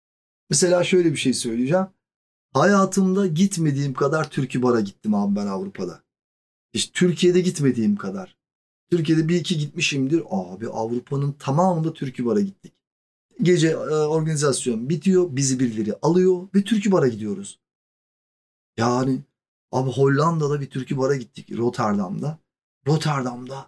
Speaker 2: Mesela şöyle bir şey söyleyeceğim. Hayatımda gitmediğim kadar türkü bara gittim abi ben Avrupa'da. İşte Türkiye'de gitmediğim kadar. Türkiye'de bir iki gitmişimdir. Abi Avrupa'nın tamamında türkü bara gittik. Gece e, organizasyon bitiyor. Bizi birileri alıyor ve türkü bara gidiyoruz. Yani abi Hollanda'da bir türkü bara gittik. Rotterdam'da. Rotterdam'da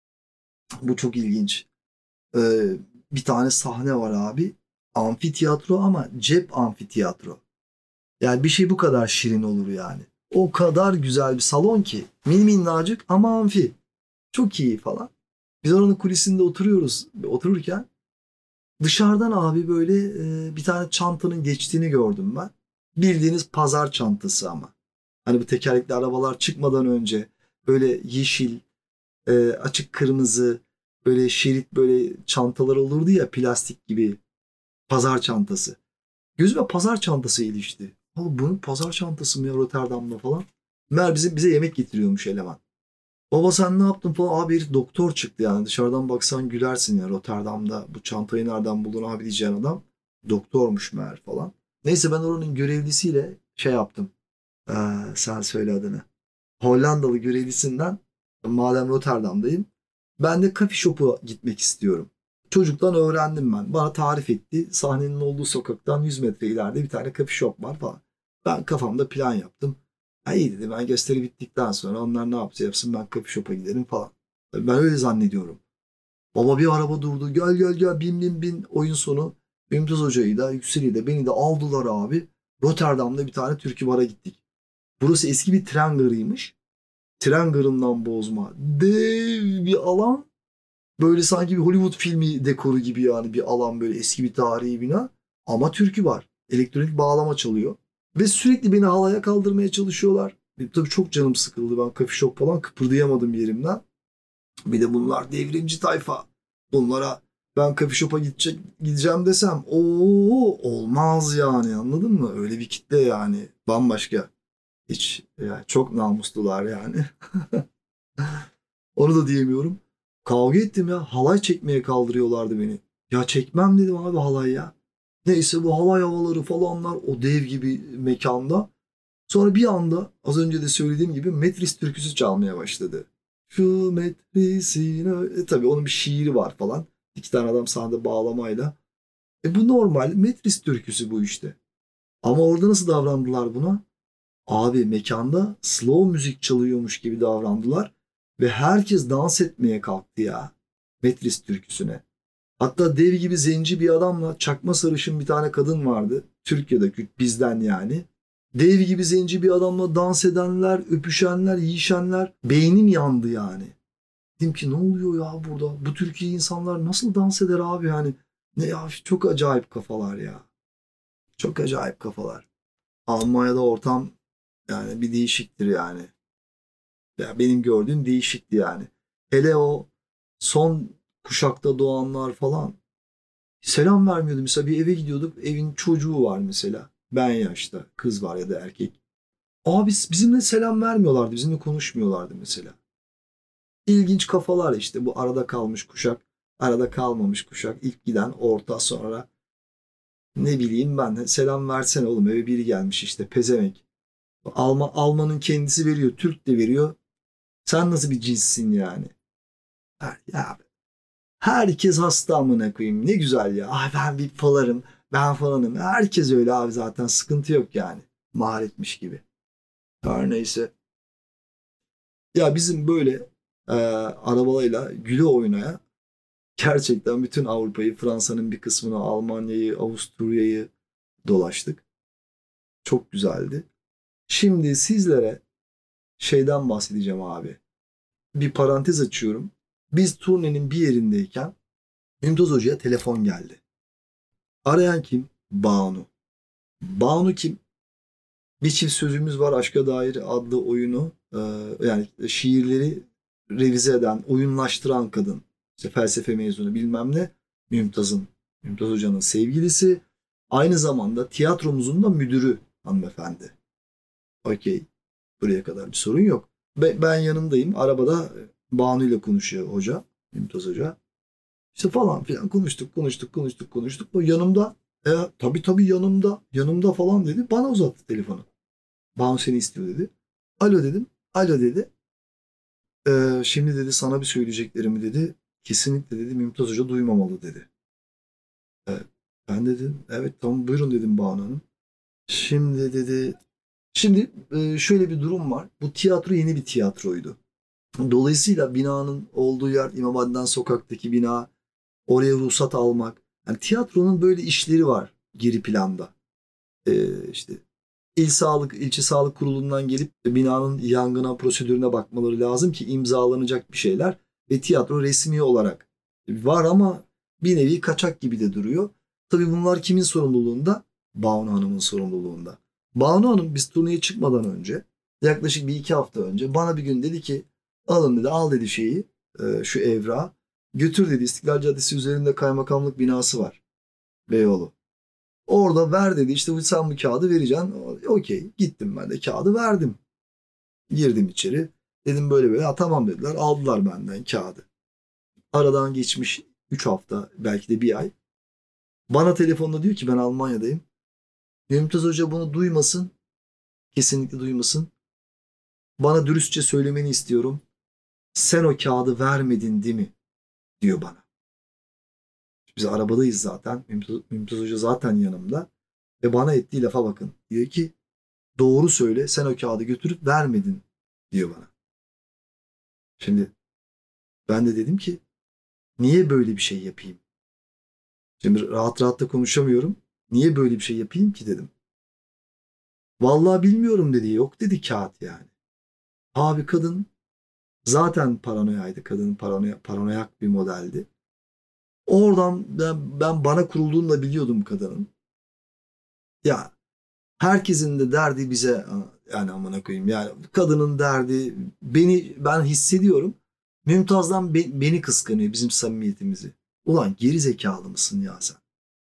Speaker 2: bu çok ilginç. Ee, bir tane sahne var abi. Amfiteyatro ama cep amfiteyatro. Yani bir şey bu kadar şirin olur yani. O kadar güzel bir salon ki. Min minnacık ama amfi. Çok iyi falan. Biz oranın kulisinde oturuyoruz. Otururken dışarıdan abi böyle e, bir tane çantanın geçtiğini gördüm ben. Bildiğiniz pazar çantası ama. Hani bu tekerlekli arabalar çıkmadan önce böyle yeşil, e, açık kırmızı, böyle şerit böyle çantalar olurdu ya, plastik gibi. Pazar çantası. Gözüme pazar çantası ilişti. Oğlum bunun pazar çantası mı ya Rotterdam'da falan. Meğer bize, bize yemek getiriyormuş eleman. Baba sen ne yaptın falan. Abi herif doktor çıktı yani. Dışarıdan baksan gülersin ya, Rotterdam'da bu çantayı nereden buldun abi diyeceğin adam. Doktormuş meğer falan. Neyse ben oranın görevlisiyle şey yaptım. Ee, sen söyle adını. Hollandalı görevlisinden, madem Rotterdam'dayım, ben de coffee shop'a gitmek istiyorum. Çocuktan öğrendim ben. Bana tarif etti. Sahnenin olduğu sokaktan yüz metre ileride bir tane coffee shop var falan. Ben kafamda plan yaptım. Ha iyi dedim, ben gösteri bittikten sonra onlar ne yapsa yapsın ben coffee shop'a giderim falan. Ben öyle zannediyorum. Baba bir araba durdu. Gel gel gel bin bin bin. Oyun sonu Mümtaz Hoca'yı da Yüksel'i de beni de aldılar abi. Rotterdam'da bir tane türkü bara gittik. Burası eski bir tren garıymış. Tren garından bozma. Dev bir alan. Böyle sanki bir Hollywood filmi dekoru gibi yani, bir alan, böyle eski bir tarihi bina. Ama türkü var. Elektronik bağlama çalıyor. Ve sürekli beni halaya kaldırmaya çalışıyorlar.
Speaker 3: E, tabii çok canım sıkıldı. Ben coffee shop falan kıpırdayamadım yerimden. Bir de bunlar devrimci tayfa. Bunlara ben coffee shop'a gidecek, gideceğim desem ooo olmaz yani, anladın mı? Öyle bir kitle yani, bambaşka. Hiç yani, çok namuslular yani. Onu da diyemiyorum. Kavga ettim ya. Halay çekmeye kaldırıyorlardı beni. Ya çekmem dedim abi halay ya. Neyse bu halay havaları falanlar o dev gibi mekanda. Sonra bir anda az önce de söylediğim gibi Metris türküsü çalmaya başladı. Şu Metris'in ö- e, tabii onun bir şiiri var falan. İki tane adam sahnede bağlamayla. E bu normal Metris türküsü bu işte. Ama orada nasıl davrandılar buna? Abi mekanda slow müzik çalıyormuş gibi davrandılar. Ve herkes dans etmeye kalktı ya. Metris türküsüne. Hatta dev gibi zenci bir adamla çakma sarışın bir tane kadın vardı. Türkiye'de bizden yani. Dev gibi zenci bir adamla dans edenler, öpüşenler, yiyişenler. Beynim yandı yani. Dedim ki ne oluyor ya burada? Bu Türkiye insanlar nasıl dans eder abi yani? Ne ya, çok acayip kafalar ya. Çok acayip kafalar. Almanya'da ortam yani bir değişiktir yani. Ya benim gördüğüm değişikti yani. Hele o son kuşakta doğanlar falan selam vermiyordu. Mesela bir eve gidiyorduk. Evin çocuğu var mesela. Ben yaşta. Kız var ya da erkek. Abi bizimle selam vermiyorlardı. Bizimle konuşmuyorlardı mesela. İlginç kafalar işte. Bu arada kalmış kuşak. Arada kalmamış kuşak. İlk giden orta, sonra ne bileyim ben. Selam versene oğlum, eve biri gelmiş işte pezemek. Alman, Alman'ın kendisi veriyor. Türk de veriyor. Sen nasıl bir cinssin yani? Ya herkes hasta amına koyayım. Ne güzel ya. Ay ben bir falarım. Ben falanım. Herkes öyle abi zaten. Sıkıntı yok yani. Maharetmiş gibi. Her neyse. Ya bizim böyle e, arabalarla güle oynaya gerçekten bütün Avrupa'yı, Fransa'nın bir kısmını, Almanya'yı, Avusturya'yı dolaştık. Çok güzeldi. Şimdi sizlere şeyden bahsedeceğim abi. Bir parantez açıyorum. Biz turnenin bir yerindeyken Mümtaz Hoca'ya telefon geldi. Arayan kim? Banu. Banu kim? Bir çift sözümüz var Aşka Dair adlı oyunu. E, yani şiirleri revize eden, oyunlaştıran kadın. İşte felsefe mezunu bilmem ne. Mümtaz'ın, Mümtaz Hoca'nın sevgilisi. Aynı zamanda tiyatromuzun da müdürü hanımefendi. Okey. Buraya kadar bir sorun yok. Be- ben yanındayım. Arabada Banu ile konuşuyor hoca. Mümtaz Hoca. İşte falan filan konuştuk, konuştuk, konuştuk, konuştuk. O yanımda, e, tabii tabii yanımda, yanımda falan dedi. Bana uzattı telefonu. Banu seni istiyor dedi. Alo dedim. Alo dedi. E, şimdi dedi sana bir söyleyeceklerimi dedi. Kesinlikle dedi Mümtaz Hoca duymamalı dedi. E, ben dedim evet tamam buyurun dedim Banu Hanım. Şimdi dedi, şimdi e, şöyle bir durum var. Bu tiyatro yeni bir tiyatroydu. Dolayısıyla binanın olduğu yer İmam Adnan Sokak'taki bina, oraya ruhsat almak. Yani tiyatronun böyle işleri var geri planda. Ee, işte İl Sağlık, İlçe Sağlık Kurulu'ndan gelip binanın yangına prosedürüne bakmaları lazım ki imzalanacak bir şeyler. Ve tiyatro resmi olarak var ama bir nevi kaçak gibi de duruyor. Tabii bunlar kimin sorumluluğunda? Banu Hanım'ın sorumluluğunda. Banu Hanım biz turneye çıkmadan önce, yaklaşık bir iki hafta önce bana bir gün dedi ki alın dedi, al dedi şeyi, e, şu evrağı. Götür dedi, İstiklal Caddesi üzerinde kaymakamlık binası var. Beyoğlu. Orada ver dedi, işte sen bu kağıdı vereceksin. Okey, gittim ben de kağıdı verdim. Girdim içeri. Dedim böyle böyle. Ha, tamam dediler. Aldılar benden kağıdı. Aradan geçmiş üç hafta, belki de bir ay. Bana telefonda diyor ki ben Almanya'dayım. Mümtaz Hoca bunu duymasın. Kesinlikle duymasın. Bana dürüstçe söylemeni istiyorum. Sen o kağıdı vermedin değil mi? Diyor bana. Biz arabadayız zaten. Mümtaz, Mümtaz Hoca zaten yanımda. Ve bana ettiği lafa bakın. Diyor ki doğru söyle, sen o kağıdı götürüp vermedin diyor bana. Şimdi ben de dedim ki niye böyle bir şey yapayım? Şimdi rahat rahat da konuşamıyorum. Niye böyle bir şey yapayım ki dedim. Vallahi bilmiyorum dedi. Yok dedi kağıt yani. Abi kadın zaten paranoyaydı. Kadın paranoya, paranoyak bir modeldi. Oradan ben, ben bana kurulduğunu da biliyordum kadının. Ya herkesin de derdi bize Yani amına koyayım. Yani kadının derdi beni ben hissediyorum. Mümtaz'dan be- beni kıskanıyor bizim samimiyetimizi. Ulan geri zekalı mısın ya sen?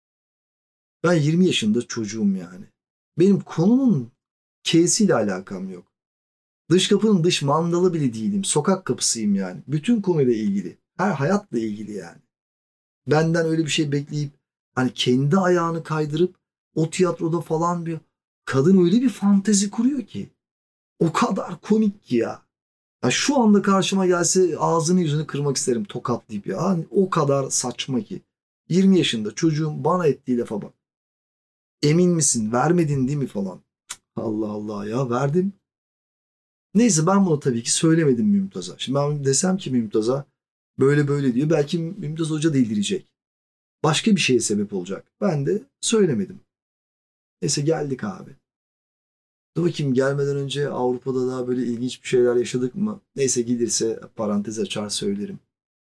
Speaker 3: Ben yirmi yaşında çocuğum yani. Benim konunun K'siyle alakam yok. Dış kapının dış mandalı bile değilim. Sokak kapısıyım yani. Bütün konuyla ilgili. Her hayatla ilgili yani. Benden öyle bir şey bekleyip hani kendi ayağını kaydırıp o tiyatroda falan bir kadın öyle bir fantezi kuruyor ki. O kadar komik ki ya. Ya şu anda karşıma gelse ağzını yüzünü kırmak isterim tokatlayıp ya. Hani o kadar saçma ki. yirmi yaşında çocuğun bana ettiği lafa bak. Emin misin? Vermedin değil mi falan. Allah Allah ya verdim. Neyse ben bunu tabii ki söylemedim Mümtaz'a. Şimdi ben desem ki Mümtaz'a böyle böyle diyor. Belki Mümtaz Hoca delirecek. Başka bir şeye sebep olacak. Ben de söylemedim. Neyse geldik abi. Dur bakayım gelmeden önce Avrupa'da daha böyle ilginç bir şeyler yaşadık mı? Neyse gelirse parantez açar söylerim.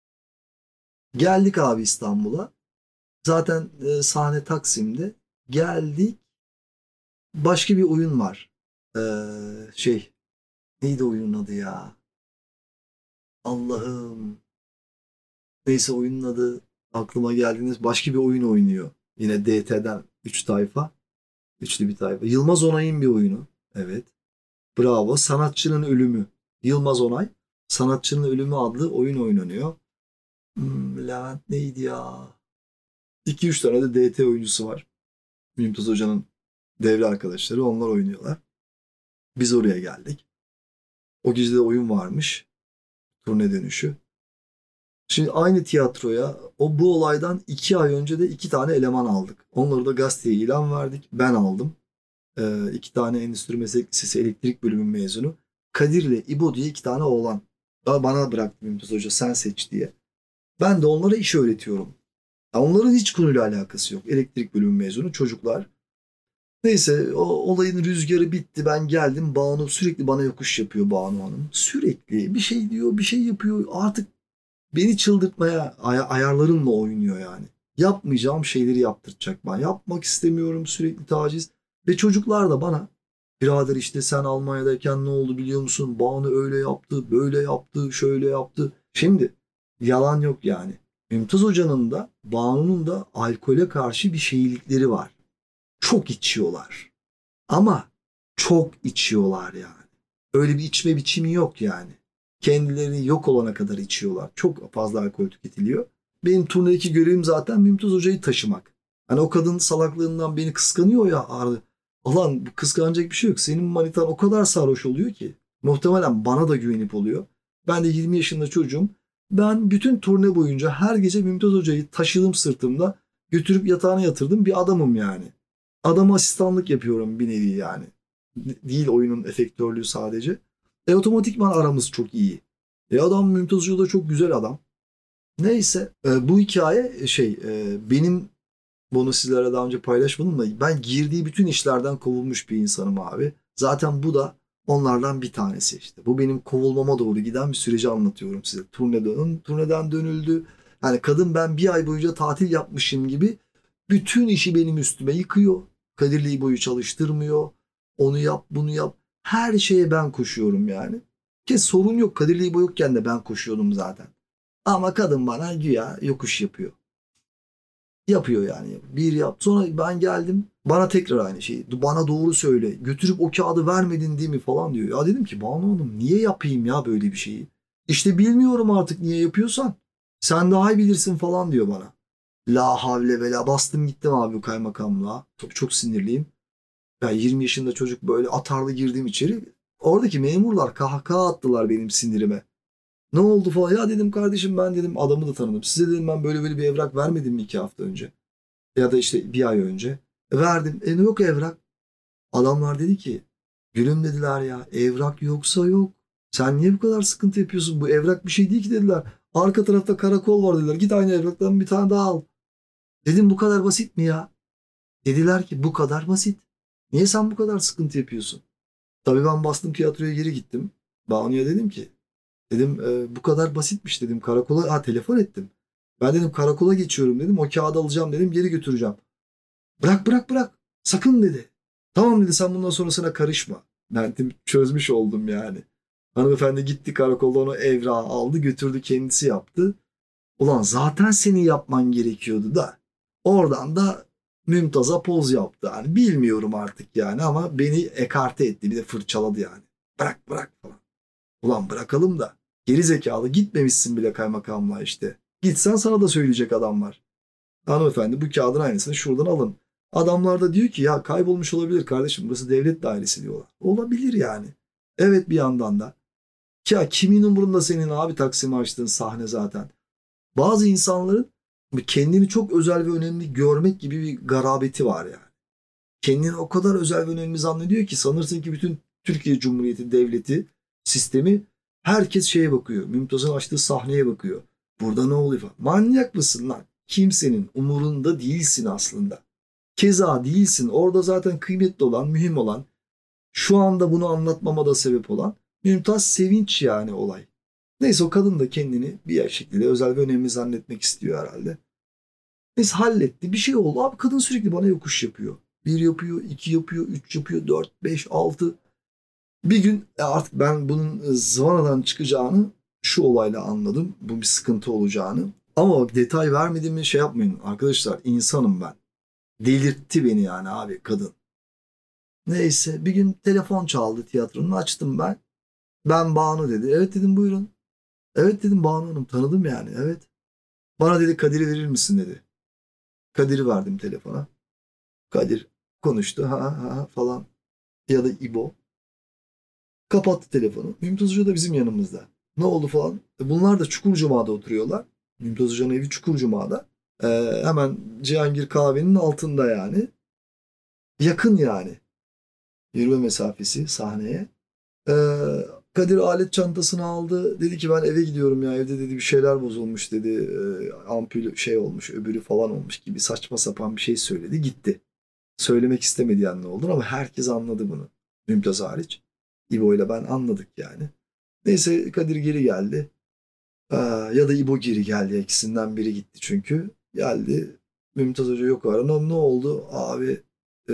Speaker 3: Geldik abi İstanbul'a. Zaten e, sahne Taksim'de. Geldik. Başka bir oyun var. Ee, şey neydi oyunun adı ya? Allah'ım. Neyse oyunun adı aklıma geldiğiniz başka bir oyun oynuyor. Yine D T'den üç tayfa. Üçlü bir tayfa. Yılmaz Onay'ın bir oyunu. Evet. Bravo. Sanatçının Ölümü. Yılmaz Onay. Sanatçının Ölümü adlı oyun oynanıyor. Hmm, Levent neydi ya? iki üç tane de D T oyuncusu var. Mümtaz Hoca'nın devre arkadaşları. Onlar oynuyorlar. Biz oraya geldik. O gece de oyun varmış. Turne dönüşü. Şimdi aynı tiyatroya o bu olaydan iki ay önce de iki tane eleman aldık. Onları da gazeteye ilan verdik. Ben aldım. Ee, iki tane Endüstri Meslek Lisesi elektrik bölümü mezunu. Kadir ile İbo diye iki tane oğlan. Daha bana bıraktı Mümtaz Hoca sen seç diye. Ben de onlara iş öğretiyorum. Ya onların hiç konuyla alakası yok. Elektrik bölümü mezunu çocuklar. Neyse o olayın rüzgarı bitti. Ben geldim. Banu sürekli bana yokuş yapıyor Banu Hanım. Sürekli bir şey diyor, bir şey yapıyor. Artık beni çıldırtmaya ay- ayarlarımla oynuyor yani. Yapmayacağım şeyleri yaptıracak bana. Yapmak istemiyorum sürekli taciz. Ve çocuklar da bana birader işte sen Almanya'dayken ne oldu biliyor musun? Banu öyle yaptı, böyle yaptı, şöyle yaptı. Şimdi yalan yok yani. Mümtaz Hoca'nın da Banu'nun da alkole karşı bir şeylikleri var. Çok içiyorlar. Ama çok içiyorlar yani. Öyle bir içme biçimi yok yani. Kendilerini yok olana kadar içiyorlar. Çok fazla alkol tüketiliyor. Benim turnedeki görevim zaten Mümtaz Hoca'yı taşımak. Hani o kadın salaklığından beni kıskanıyor ya. Ulan kıskanacak bir şey yok. Senin manitan o kadar sarhoş oluyor ki. Muhtemelen bana da güvenip oluyor. Ben de yirmi yaşında çocuğum. Ben bütün turne boyunca her gece Mümtaz Hoca'yı taşıdım sırtımda. Götürüp yatağına yatırdım bir adamım yani. Adama asistanlık yapıyorum bir nevi yani. Değil oyunun efektörlüğü sadece. E otomatikman aramız çok iyi. E adam Mümtaz Hoca da çok güzel adam. Neyse e, bu hikaye şey e, benim bunu sizlere daha önce paylaşmadım da ben girdiği bütün işlerden kovulmuş bir insanım abi. Zaten bu da onlardan bir tanesi işte. Bu benim kovulmama doğru giden bir süreci anlatıyorum size. Turneden, turneden dönüldü. Yani kadın ben bir ay boyunca tatil yapmışım gibi bütün işi benim üstüme yıkıyor. Kadir'le İbo'yu çalıştırmıyor. Onu yap bunu yap. Her şeye ben koşuyorum yani. Ki sorun yok. Kadir'le İbo yokken de ben koşuyordum zaten. Ama kadın bana güya yokuş yapıyor. Yapıyor yani. Bir yap. Sonra ben geldim. Bana tekrar aynı şeyi. Bana doğru söyle. Götürüp o kağıdı vermedin değil mi falan diyor. Ya dedim ki Banu Hanım niye yapayım ya böyle bir şeyi? İşte bilmiyorum artık niye yapıyorsan. Sen daha iyi bilirsin falan diyor bana. La havle ve la bastım gittim abi kaymakamlığa. Çok, çok sinirliyim. Ya yirmi yaşında çocuk böyle atarlı girdim içeri. Oradaki memurlar kahkaha attılar benim sinirime. Ne oldu falan. Ya dedim kardeşim ben dedim adamı da tanıdım. Size dedim ben böyle böyle bir evrak vermedim mi iki hafta önce? Ya da işte bir ay önce. E, verdim. E yok evrak. Adamlar dedi ki gülüm dediler ya evrak yoksa yok. Sen niye bu kadar sıkıntı yapıyorsun? Bu evrak bir şey değil ki dediler. Arka tarafta karakol var dediler. Git aynı evraktan bir tane daha al. Dedim bu kadar basit mi ya? Dediler ki bu kadar basit. Niye sen bu kadar sıkıntı yapıyorsun? Tabii ben bastım tiyatroya geri gittim. Banu'ya dedim ki dedim e, bu kadar basitmiş dedim karakola ha telefon ettim. Ben dedim karakola geçiyorum dedim o kağıdı alacağım dedim geri götüreceğim. Bırak bırak bırak sakın dedi. Tamam dedi sen bundan sonrasına karışma. Ben de çözmüş oldum yani. Hanımefendi gitti karakolda onu evrağı aldı götürdü kendisi yaptı. Ulan zaten senin yapman gerekiyordu da. Oradan da Mümtaz'a poz yaptı. Yani bilmiyorum artık yani ama beni ekarte etti. Bir de fırçaladı yani. Bırak bırak falan. Ulan bırakalım da. Geri zekalı gitmemişsin bile kaymakamlığa işte. Gitsen sana da söyleyecek adam var. Hanımefendi bu kağıdın aynısını şuradan alın. Adamlar da diyor ki ya kaybolmuş olabilir kardeşim burası devlet dairesi diyorlar. Olabilir yani. Evet bir yandan da. Ya kimin umurunda senin abi Taksim'i açtığın sahne zaten. Bazı insanların kendini çok özel ve önemli görmek gibi bir garabeti var yani. Kendini o kadar özel ve önemli zannediyor ki sanırsın ki bütün Türkiye Cumhuriyeti devleti sistemi herkes şeye bakıyor. Mümtaz'ın açtığı sahneye bakıyor. Burada ne oluyor falan. Manyak mısın lan? Kimsenin umurunda değilsin aslında. Keza değilsin. Orada zaten kıymetli olan, mühim olan, şu anda bunu anlatmama da sebep olan Mümtaz Sevinç yani olay. Neyse o kadın da kendini bir şekilde özel ve önemli zannetmek istiyor herhalde. Neyse halletti. Bir şey oldu. Abi kadın sürekli bana yokuş yapıyor. Bir yapıyor, iki yapıyor, üç yapıyor, dört, beş, altı. Bir gün artık ben bunun zıvanadan çıkacağını şu olayla anladım. Bu bir sıkıntı olacağını. Ama bak detay vermediğimi şey yapmayın. Arkadaşlar insanım ben. Delirtti beni yani abi kadın. Neyse bir gün telefon çaldı tiyatronun. Açtım ben. Ben Banu dedi. Evet dedim buyurun. Evet dedim Banu Hanım tanıdım yani evet. Bana dedi Kadir'i verir misin dedi. Kadir'i verdim telefona. Kadir konuştu ha ha falan ya da İbo. Kapattı telefonu. Mümtaz Hoca da bizim yanımızda. Ne oldu falan. E bunlar da Çukurcuma'da oturuyorlar. Mümtaz Hoca'nın evi Çukurcuma'da. Ee, hemen Cihangir Kahve'nin altında yani. Yakın yani. Yürüme mesafesi sahneye. Ee, Kadir alet çantasını aldı. Dedi ki ben eve gidiyorum ya. Evde dedi bir şeyler bozulmuş dedi. Ee, ampul şey olmuş öbürü falan olmuş gibi saçma sapan bir şey söyledi. Gitti. Söylemek istemedi yani ne olur ama herkes anladı bunu. Mümtaz hariç. İbo ile ben anladık yani. Neyse Kadir geri geldi. Ee, ya da İbo geri geldi. İkisinden biri gitti çünkü. Geldi. Mümtaz Hoca yok arana. Ne oldu? Abi e,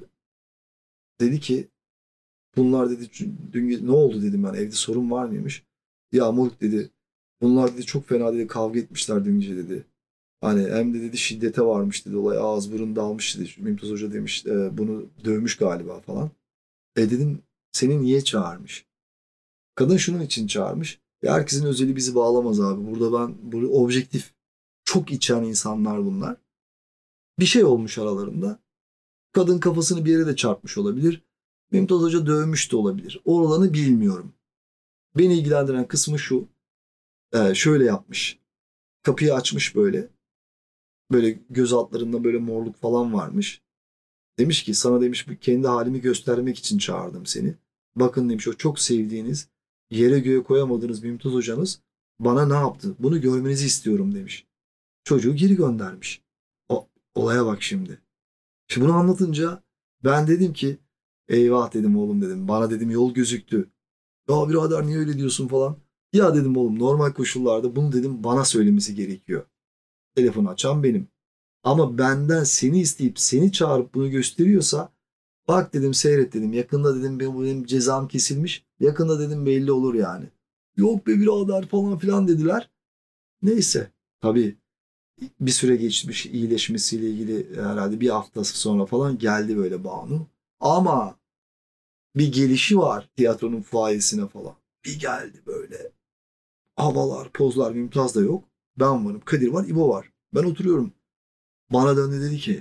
Speaker 3: dedi ki bunlar dedi dün ne oldu dedim ben evde sorun var mıymış? Ya Moruk dedi bunlar dedi çok fena dedi kavga etmişler dün gece dedi. Hani hem de dedi şiddete varmış dedi olay ağız burun dağılmış dedi. Mümtaz Hoca demiş e, bunu dövmüş galiba falan. E dedim seni niye çağırmış? Kadın şunun için çağırmış. Ya herkesin özeli bizi bağlamaz abi. Burada ben burada objektif çok içen insanlar bunlar. Bir şey olmuş aralarında. Kadın kafasını bir yere de çarpmış olabilir. Mümtaz Hoca dövmüş de olabilir. Oralarını bilmiyorum. Beni ilgilendiren kısmı şu. Ee, şöyle yapmış. Kapıyı açmış böyle. Böyle göz altlarında böyle morluk falan varmış. Demiş ki sana demiş kendi halimi göstermek için çağırdım seni. Bakın demiş o çok sevdiğiniz yere göğe koyamadığınız Mümtaz Hocanız bana ne yaptı? Bunu görmenizi istiyorum demiş. Çocuğu geri göndermiş. O, olaya bak şimdi. Şimdi bunu anlatınca ben dedim ki eyvah dedim oğlum dedim. Bana dedim yol gözüktü. Ya birader niye öyle diyorsun falan. Ya dedim oğlum normal koşullarda bunu dedim bana söylemesi gerekiyor. Telefonu açan benim. Ama benden seni isteyip seni çağırıp bunu gösteriyorsa bak dedim seyret dedim. Yakında dedim benim, benim cezam kesilmiş. Yakında dedim belli olur yani. Yok be birader falan filan dediler. Neyse tabii bir süre geçmiş iyileşmesiyle ilgili herhalde bir haftası sonra falan geldi böyle Banu. Ama bir gelişi var tiyatronun fuayesine falan. Bir geldi böyle. Havalar, pozlar, Mümtaz da yok. Ben varım, Kadir var, İbo var. Ben oturuyorum. Bana döndü dedi ki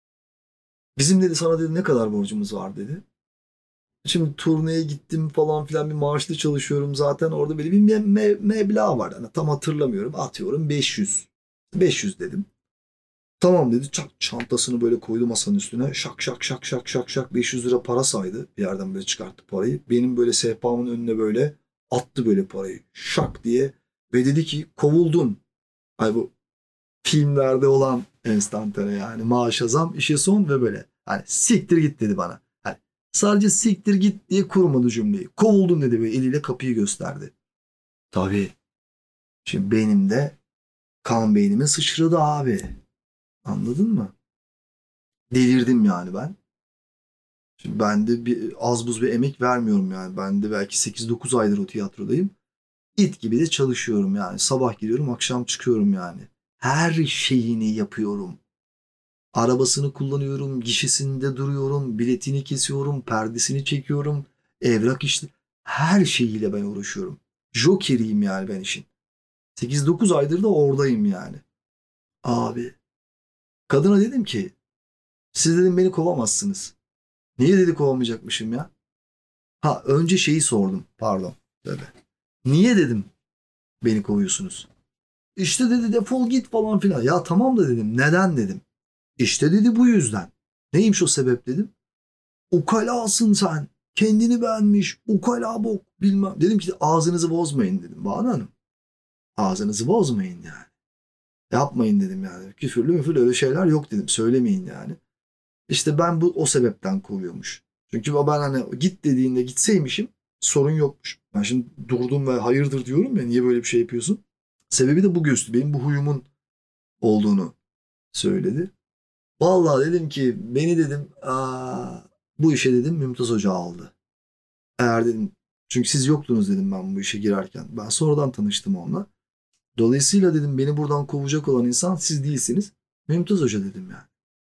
Speaker 3: bizim dedi sana dedi ne kadar borcumuz var dedi. Şimdi turneye gittim falan filan bir maaşlı çalışıyorum zaten orada böyle bir me- me- meblağ var. Yani tam hatırlamıyorum atıyorum beş yüz. beş yüz dedim. Tamam dedi çak çantasını böyle koydu masanın üstüne şak şak şak şak şak şak beş yüz lira para saydı. Bir yerden böyle çıkarttı parayı. Benim böyle sehpamın önüne böyle attı böyle parayı şak diye ve dedi ki kovuldun. Ay bu filmlerde olan enstantane yani maaşa zam işe son ve böyle hani siktir git dedi bana. Hani sadece siktir git diye kurmadı cümleyi. Kovuldun dedi ve eliyle kapıyı gösterdi. Tabii şimdi benim de kan beynime sıçradı abi. Anladın mı? Delirdim yani ben. Şimdi ben de bir, az buz bir emek vermiyorum yani. Ben de belki sekiz dokuz aydır o tiyatrodayım. İt gibi de çalışıyorum yani. Sabah giriyorum, akşam çıkıyorum yani. Her şeyini yapıyorum. Arabasını kullanıyorum, gişesinde duruyorum, biletini kesiyorum, perdesini çekiyorum, evrak işte her şeyiyle ben uğraşıyorum. Jokeriyim yani ben işin. sekiz dokuz aydır da oradayım yani. Abi, kadına dedim ki, siz dedim beni kovamazsınız. Niye dedi kovamayacakmışım ya? Ha, önce şeyi sordum, pardon. Tabii. Niye dedim beni kovuyorsunuz? İşte dedi defol git falan filan. Ya tamam da dedim, neden dedim. İşte dedi bu yüzden. Neymiş o sebep dedim. Ukalasın sen. Kendini beğenmiş. Ukala bok bilmem. Dedim ki ağzınızı bozmayın dedim. Banu Hanım. Ağzınızı bozmayın yani. Yapmayın dedim yani. Küfürlü müfürlü öyle şeyler yok dedim. Söylemeyin yani. İşte ben bu o sebepten kovuyormuş. Çünkü ben hani git dediğinde gitseymişim sorun yokmuş. Ben şimdi durdum ve hayırdır diyorum ya niye böyle bir şey yapıyorsun? Sebebi de bu göğüstü. Benim bu huyumun olduğunu söyledi. Vallahi dedim ki beni dedim aa, bu işe dedim Mümtaz Hoca aldı. Eğer dedim çünkü siz yoktunuz dedim ben bu işe girerken. Ben sonradan tanıştım onunla. Dolayısıyla dedim beni buradan kovacak olan insan siz değilsiniz. Mümtaz Hoca dedim yani.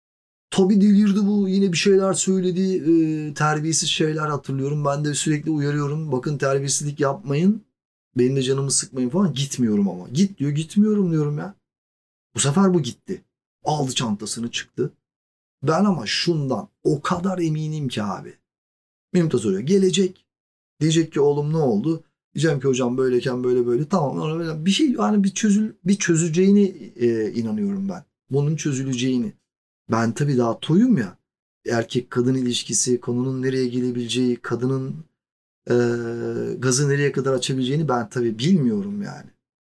Speaker 3: Tabii delirdi bu. Yine bir şeyler söyledi. E, terbiyesiz şeyler hatırlıyorum. Ben de sürekli uyarıyorum. Bakın terbiyesizlik yapmayın. Benim de canımı sıkmayın falan. Gitmiyorum ama. Git diyor. Gitmiyorum diyorum ya. Bu sefer bu gitti. Aldı çantasını çıktı. Ben ama şundan o kadar eminim ki abi. Mümtaz Hoca gelecek. Diyecek ki oğlum ne oldu? Diyeceğim ki hocam böyleyken böyle böyle. Tamam böyle bir şey yani bir çözül bir çözeceğini e, inanıyorum ben. Bunun çözüleceğini. Ben tabii daha toyum ya. Erkek kadın ilişkisi, konunun nereye gelebileceği, kadının e, gazı nereye kadar açabileceğini ben tabii bilmiyorum yani.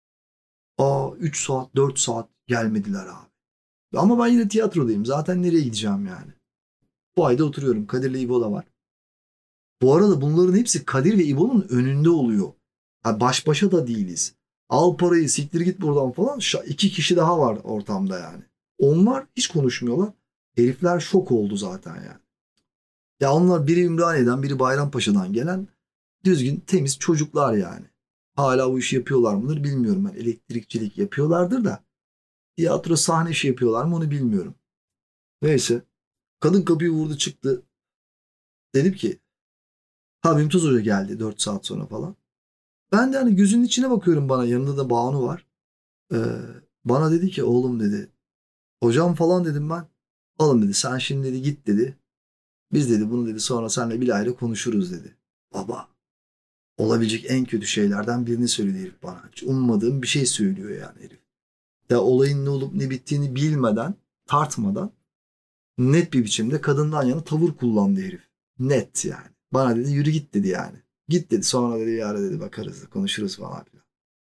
Speaker 3: Aa üç saat, dört saat gelmediler abi. Ama ben yine tiyatrodayım. Zaten nereye gideceğim yani? Bu ayda oturuyorum. Kadir'le İbo da var. Bu arada bunların hepsi Kadir ve İbo'nun önünde oluyor. Yani baş başa da değiliz. Al parayı siktir git buradan falan. İki kişi daha var ortamda yani. Onlar hiç konuşmuyorlar. Herifler şok oldu zaten yani. Ya onlar biri Ümraniye'den biri Bayrampaşa'dan gelen düzgün temiz çocuklar yani. Hala bu işi yapıyorlar mıdır bilmiyorum ben. Elektrikçilik yapıyorlardır da. Tiyatro sahne işi yapıyorlar mı onu bilmiyorum. Neyse. Kadın kapıyı vurdu çıktı. Dedim ki ha Mümtaz Hoca geldi dört saat sonra falan. Ben de hani gözünün içine bakıyorum bana. Yanında da Banu var. Ee, bana dedi ki oğlum dedi. Hocam falan dedim ben. Oğlum dedi sen şimdi dedi git dedi. Biz dedi bunu dedi sonra seninle bilahare konuşuruz dedi. Baba olabilecek en kötü şeylerden birini söyledi herif bana. Hiç ummadığım bir şey söylüyor yani herif. Ya olayın ne olup ne bittiğini bilmeden, tartmadan net bir biçimde kadından yana tavır kullandı herif. Net yani. Bana dedi yürü git dedi yani. Git dedi sonra dedi yarın dedi bakarız konuşuruz falan filan.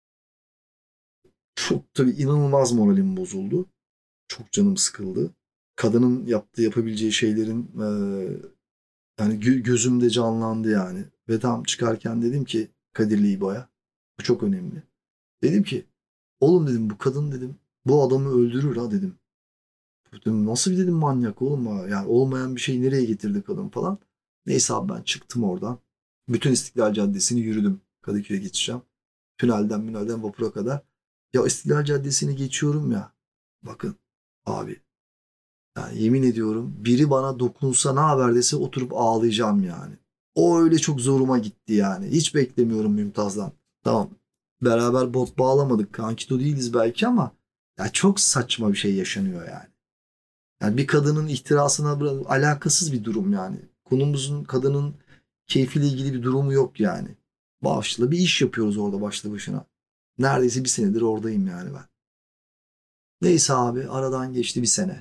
Speaker 3: Çok tabii inanılmaz moralim bozuldu. Çok canım sıkıldı. Kadının yaptığı yapabileceği şeylerin e, yani gö- gözümde canlandı yani. Ve tam çıkarken dedim ki Kadirli İbo'ya bu çok önemli. Dedim ki oğlum dedim bu kadın dedim bu adamı öldürür ha dedim. Dedim, nasıl bir dedim manyak oğlum ha. Yani olmayan bir şey nereye getirdi kadın falan. Neyse abi ben çıktım oradan. Bütün İstiklal Caddesi'ni yürüdüm. Kadıköy'e geçeceğim. Tünelden münelden vapura kadar. Ya İstiklal Caddesi'ni geçiyorum ya. Bakın abi. Yani yemin ediyorum biri bana dokunsa ne haber dese oturup ağlayacağım yani. O öyle çok zoruma gitti yani. Hiç beklemiyorum Mümtaz'dan. Tamam. Beraber bot bağlamadık. Kankito değiliz belki ama ya çok saçma bir şey yaşanıyor yani. Yani bir kadının ihtirasına alakasız bir durum yani. Konumuzun kadının keyfiyle ilgili bir durumu yok yani. Başlı bir iş yapıyoruz orada başlı başına. Neredeyse bir senedir oradayım yani ben. Neyse abi aradan geçti bir sene.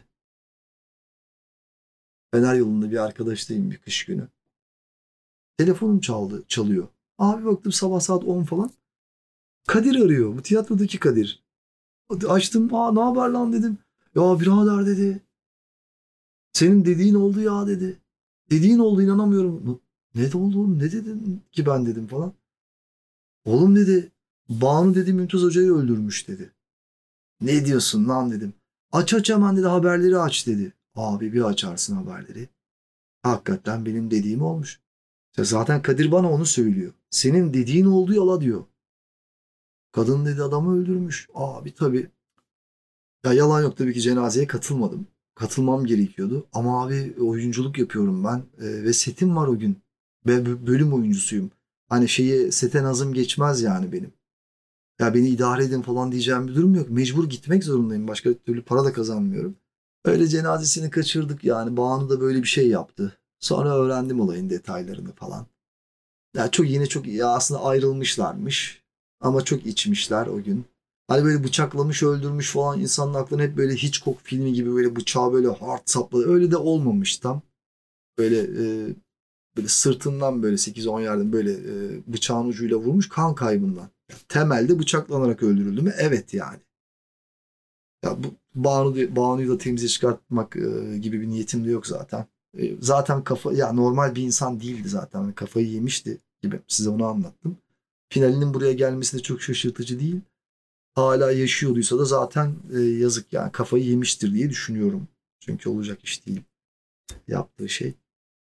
Speaker 3: Fener yolunda bir arkadaştayım bir kış günü. Telefonum çaldı, çalıyor. Abi baktım sabah saat on falan. Kadir arıyor. Bu tiyatrodaki Kadir. Açtım. Aa ne haber lan dedim. Ya birader dedi. Senin dediğin oldu ya dedi. Dediğin oldu inanamıyorum. Ne de oldu oğlum ne dedin ki ben dedim falan. Oğlum dedi. Banu dedi Mümtaz Hoca'yı öldürmüş dedi. Ne diyorsun lan dedim. Aç aç hemen dedi haberleri aç dedi. Abi bir açarsın haberleri. Hakikaten benim dediğim olmuş. Ya zaten Kadir bana onu söylüyor. Senin dediğin oldu yala diyor. Kadın dedi adamı öldürmüş. Abi tabii. Ya yalan yok, tabii ki cenazeye katılmadım. Katılmam gerekiyordu. Ama abi oyunculuk yapıyorum ben. Ee, ve setim var o gün. Ve bölüm oyuncusuyum. Hani şeyi sete nazım geçmez yani benim. Ya beni idare edin falan diyeceğim bir durum yok. Mecbur gitmek zorundayım. Başka türlü para da kazanmıyorum. Öyle cenazesini kaçırdık yani. Banu da böyle bir şey yaptı. Sonra öğrendim olayın detaylarını falan. Ya çok yine çok ya aslında ayrılmışlarmış. Ama çok içmişler o gün. Hani böyle bıçaklamış, öldürmüş falan, insanın aklına hep böyle Hitchcock filmi gibi böyle bıçağı böyle hard sapladı. Öyle de olmamış tam. Böyle e, böyle sırtından böyle sekiz on yerden böyle e, bıçağın ucuyla vurmuş, kan kaybından. Yani temelde bıçaklanarak öldürüldü mü? Evet yani. Ya bu Banu, Banu'yu da temize çıkartmak e, gibi bir niyetim de yok zaten. E, zaten kafa ya normal bir insan değildi zaten. Hani kafayı yemişti gibi, size onu anlattım. Finalinin buraya gelmesi de çok şaşırtıcı değil. Hala yaşıyorduysa da zaten e, yazık yani, kafayı yemiştir diye düşünüyorum. Çünkü olacak iş değil yaptığı şey.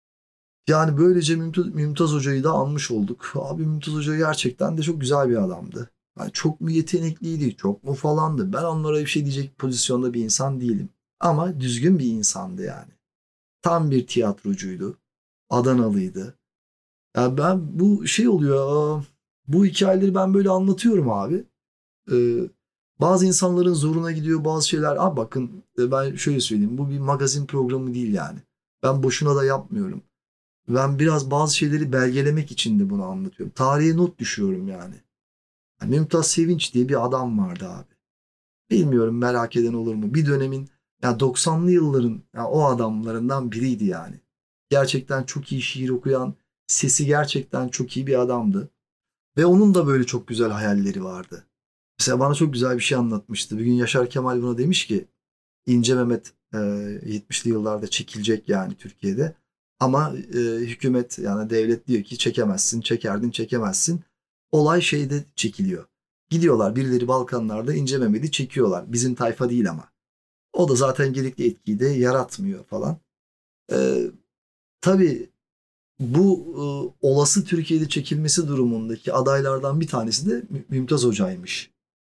Speaker 3: Yani böylece Mümtaz, Mümtaz Hoca'yı da anmış olduk. Abi Mümtaz Hoca gerçekten de çok güzel bir adamdı. Yani çok mu yetenekliydi, çok mu falandı. Ben onlara bir şey diyecek pozisyonda bir insan değilim. Ama düzgün bir insandı yani. Tam bir tiyatrocuydu. Adanalıydı. Yani ben bu şey oluyor. Bu hikayeleri ben böyle anlatıyorum abi. Ee, bazı insanların zoruna gidiyor bazı şeyler. Abi bakın ben şöyle söyleyeyim. Bu bir magazin programı değil yani. Ben boşuna da yapmıyorum. Ben biraz bazı şeyleri belgelemek için de bunu anlatıyorum. Tarihe not düşüyorum yani. Yani Mümtaz Sevinç diye bir adam vardı abi. Bilmiyorum merak eden olur mu? Bir dönemin ya doksanlı yılların ya o adamlarından biriydi yani. Gerçekten çok iyi şiir okuyan, sesi gerçekten çok iyi bir adamdı. Ve onun da böyle çok güzel hayalleri vardı. Mesela bana çok güzel bir şey anlatmıştı. Bir gün Yaşar Kemal buna demiş ki İnce Mehmet e, yetmişli yıllarda çekilecek yani Türkiye'de. Ama e, hükümet yani devlet diyor ki çekemezsin, çekerdin çekemezsin. Olay şeyde çekiliyor. Gidiyorlar birileri Balkanlarda İnce Mehmet'i çekiyorlar. Bizim tayfa değil ama. O da zaten gerekli etkiyi de yaratmıyor falan. E, tabii bu e, olası Türkiye'de çekilmesi durumundaki adaylardan bir tanesi de Mü- Mümtaz Hoca'ymış.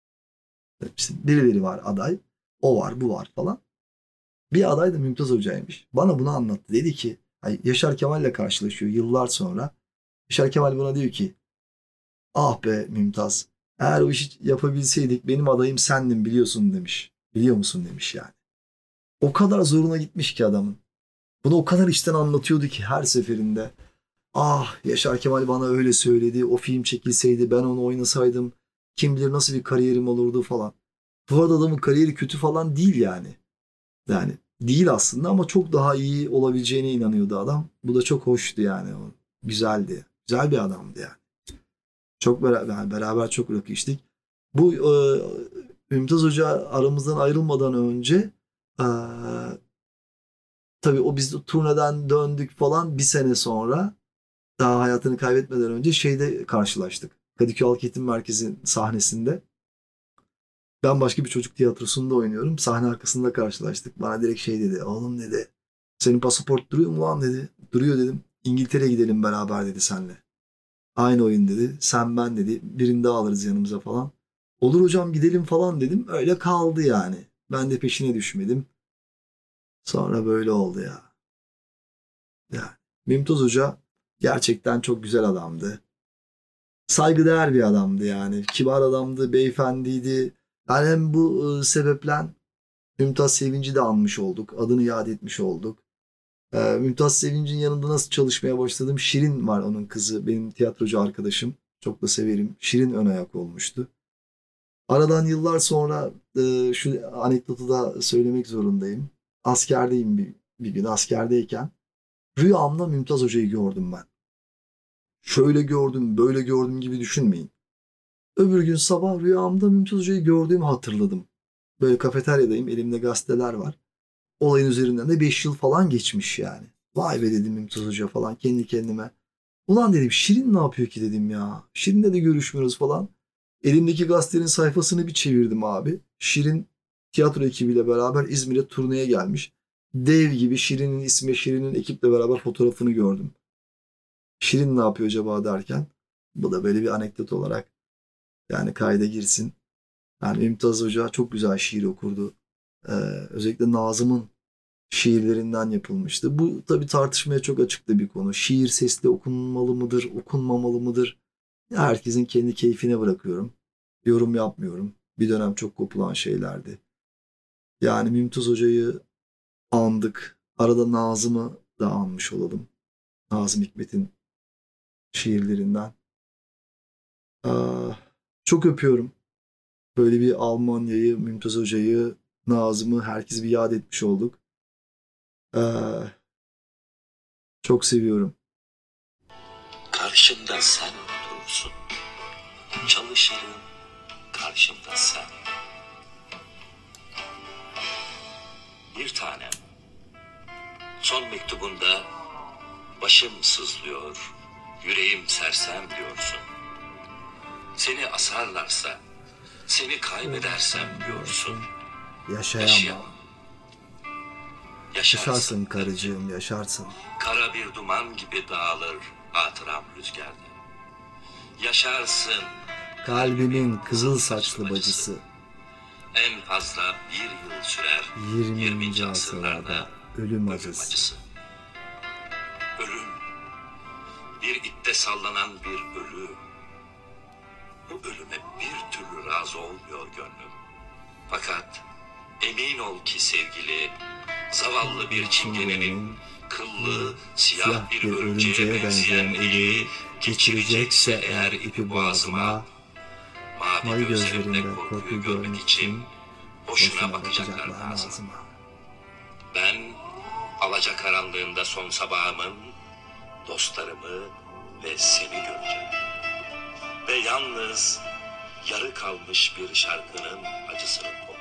Speaker 3: İşte birileri var aday. O var bu var falan. Bir aday da Mümtaz Hoca'ymış. Bana bunu anlattı. Dedi ki Yaşar Kemal'le karşılaşıyor yıllar sonra. Yaşar Kemal buna diyor ki ah be Mümtaz, eğer o işi yapabilseydik benim adayım sendin biliyorsun demiş. Biliyor musun demiş yani. O kadar zoruna gitmiş ki adamın. Bunu o kadar içten anlatıyordu ki her seferinde. Ah Yaşar Kemal bana öyle söyledi. O film çekilseydi ben onu oynasaydım. Kim bilir nasıl bir kariyerim olurdu falan. Bu arada adamın kariyeri kötü falan değil yani. Yani değil aslında ama çok daha iyi olabileceğine inanıyordu adam. Bu da çok hoştu yani. O güzeldi. Güzel bir adamdı yani. Çok beraber, yani beraber çok rakı içtik. Bu e, Mümtaz Hoca aramızdan ayrılmadan önce e, tabii o biz turneden döndük falan bir sene sonra daha hayatını kaybetmeden önce şeyde karşılaştık. Kadıköy Halk Eğitim Merkezi sahnesinde. Ben başka bir çocuk tiyatrosunda oynuyorum. Sahne arkasında karşılaştık. Bana direkt şey dedi. Oğlum dedi. Senin pasaport duruyor mu lan dedi. Duruyor dedim. İngiltere'ye gidelim beraber dedi senle. Aynı oyun dedi. Sen ben dedi. Birini daha alırız yanımıza falan. Olur hocam gidelim falan dedim. Öyle kaldı yani. Ben de peşine düşmedim. Sonra böyle oldu ya. Yani Mümtaz Hoca gerçekten çok güzel adamdı. Saygıdeğer bir adamdı yani. Kibar adamdı, beyefendiydi. Yani hem bu e, sebeple Mümtaz Sevinç'i de anmış olduk. Adını yad etmiş olduk. Ee, Mümtaz Sevinç'in yanında nasıl çalışmaya başladım? Şirin var onun kızı. Benim tiyatrocu arkadaşım. Çok da severim. Şirin ön ayak olmuştu. Aradan yıllar sonra e, şu anekdotu da söylemek zorundayım. Askerdeyim bir, bir gün askerdeyken. Rüyamda Mümtaz Hoca'yı gördüm ben. Şöyle gördüm, böyle gördüm gibi düşünmeyin. Öbür gün sabah rüyamda Mümtaz Hoca'yı gördüğümü hatırladım. Böyle kafeteryadayım, elimde gazeteler var. Olayın üzerinden de beş yıl falan geçmiş yani. Vay be dedim Mümtaz Hoca falan kendi kendime. Ulan dedim Şirin ne yapıyor ki dedim ya. Şirin'le de görüşmüyoruz falan. Elimdeki gazetenin sayfasını bir çevirdim abi. Şirin tiyatro ekibiyle beraber İzmir'e turneye gelmiş. dev gibi Şirin'in ismi, Şirin'in ekiple beraber fotoğrafını gördüm. Şirin ne yapıyor acaba derken bu da böyle bir anekdot olarak yani kayda girsin. Yani Mümtaz Hoca çok güzel şiir okurdu. Ee, özellikle Nazım'ın şiirlerinden yapılmıştı. Bu tabii tartışmaya çok açık da bir konu. Şiir sesli okunmalı mıdır, okunmamalı mıdır? Herkesin kendi keyfine bırakıyorum. Yorum yapmıyorum. Bir dönem çok kopulan şeylerdi. Yani Mümtaz Hoca'yı andık. Arada Nazım'ı da anmış olalım. Nazım Hikmet'in şiirlerinden. Aa, çok öpüyorum. Böyle bir Almanya'yı, Mümtaz Hoca'yı, Nazım'ı herkes bir yad etmiş olduk. Ee, çok seviyorum.
Speaker 1: Karşımda sen oturursun. Çalışırım karşımda sen. Bir tanem. Son mektubunda başım sızlıyor, yüreğim sersem diyorsun. Seni asarlarsa, seni kaybedersem diyorsun.
Speaker 3: Yaşayamam.
Speaker 1: Yaşayamam. Yaşarsın.
Speaker 3: Yaşarsın karıcığım, yaşarsın.
Speaker 1: Kara bir duman gibi dağılır hatıram rüzgarda. Yaşarsın.
Speaker 3: Kalbimin kızıl saçlı bacısı.
Speaker 1: En fazla bir yıl sürer
Speaker 3: yirminci asırlarda ölüm acısı.
Speaker 1: Ölüm. Bir ipte sallanan bir ölü. Bu ölüme bir türlü razı olmuyor gönlüm. Fakat emin ol ki sevgili, zavallı bir çingenenin kıllı, siyah bir örümceğe benzeyen eli geçirecekse eğer ipi boğazıma, mavi gözlerinde korkuyu görmek için boşuna bakacaklar ağzıma. Ben alacakaranlığında son sabahımın dostlarımı ve seni göreceğim. Ve yalnız yarı kalmış bir şarkının acısını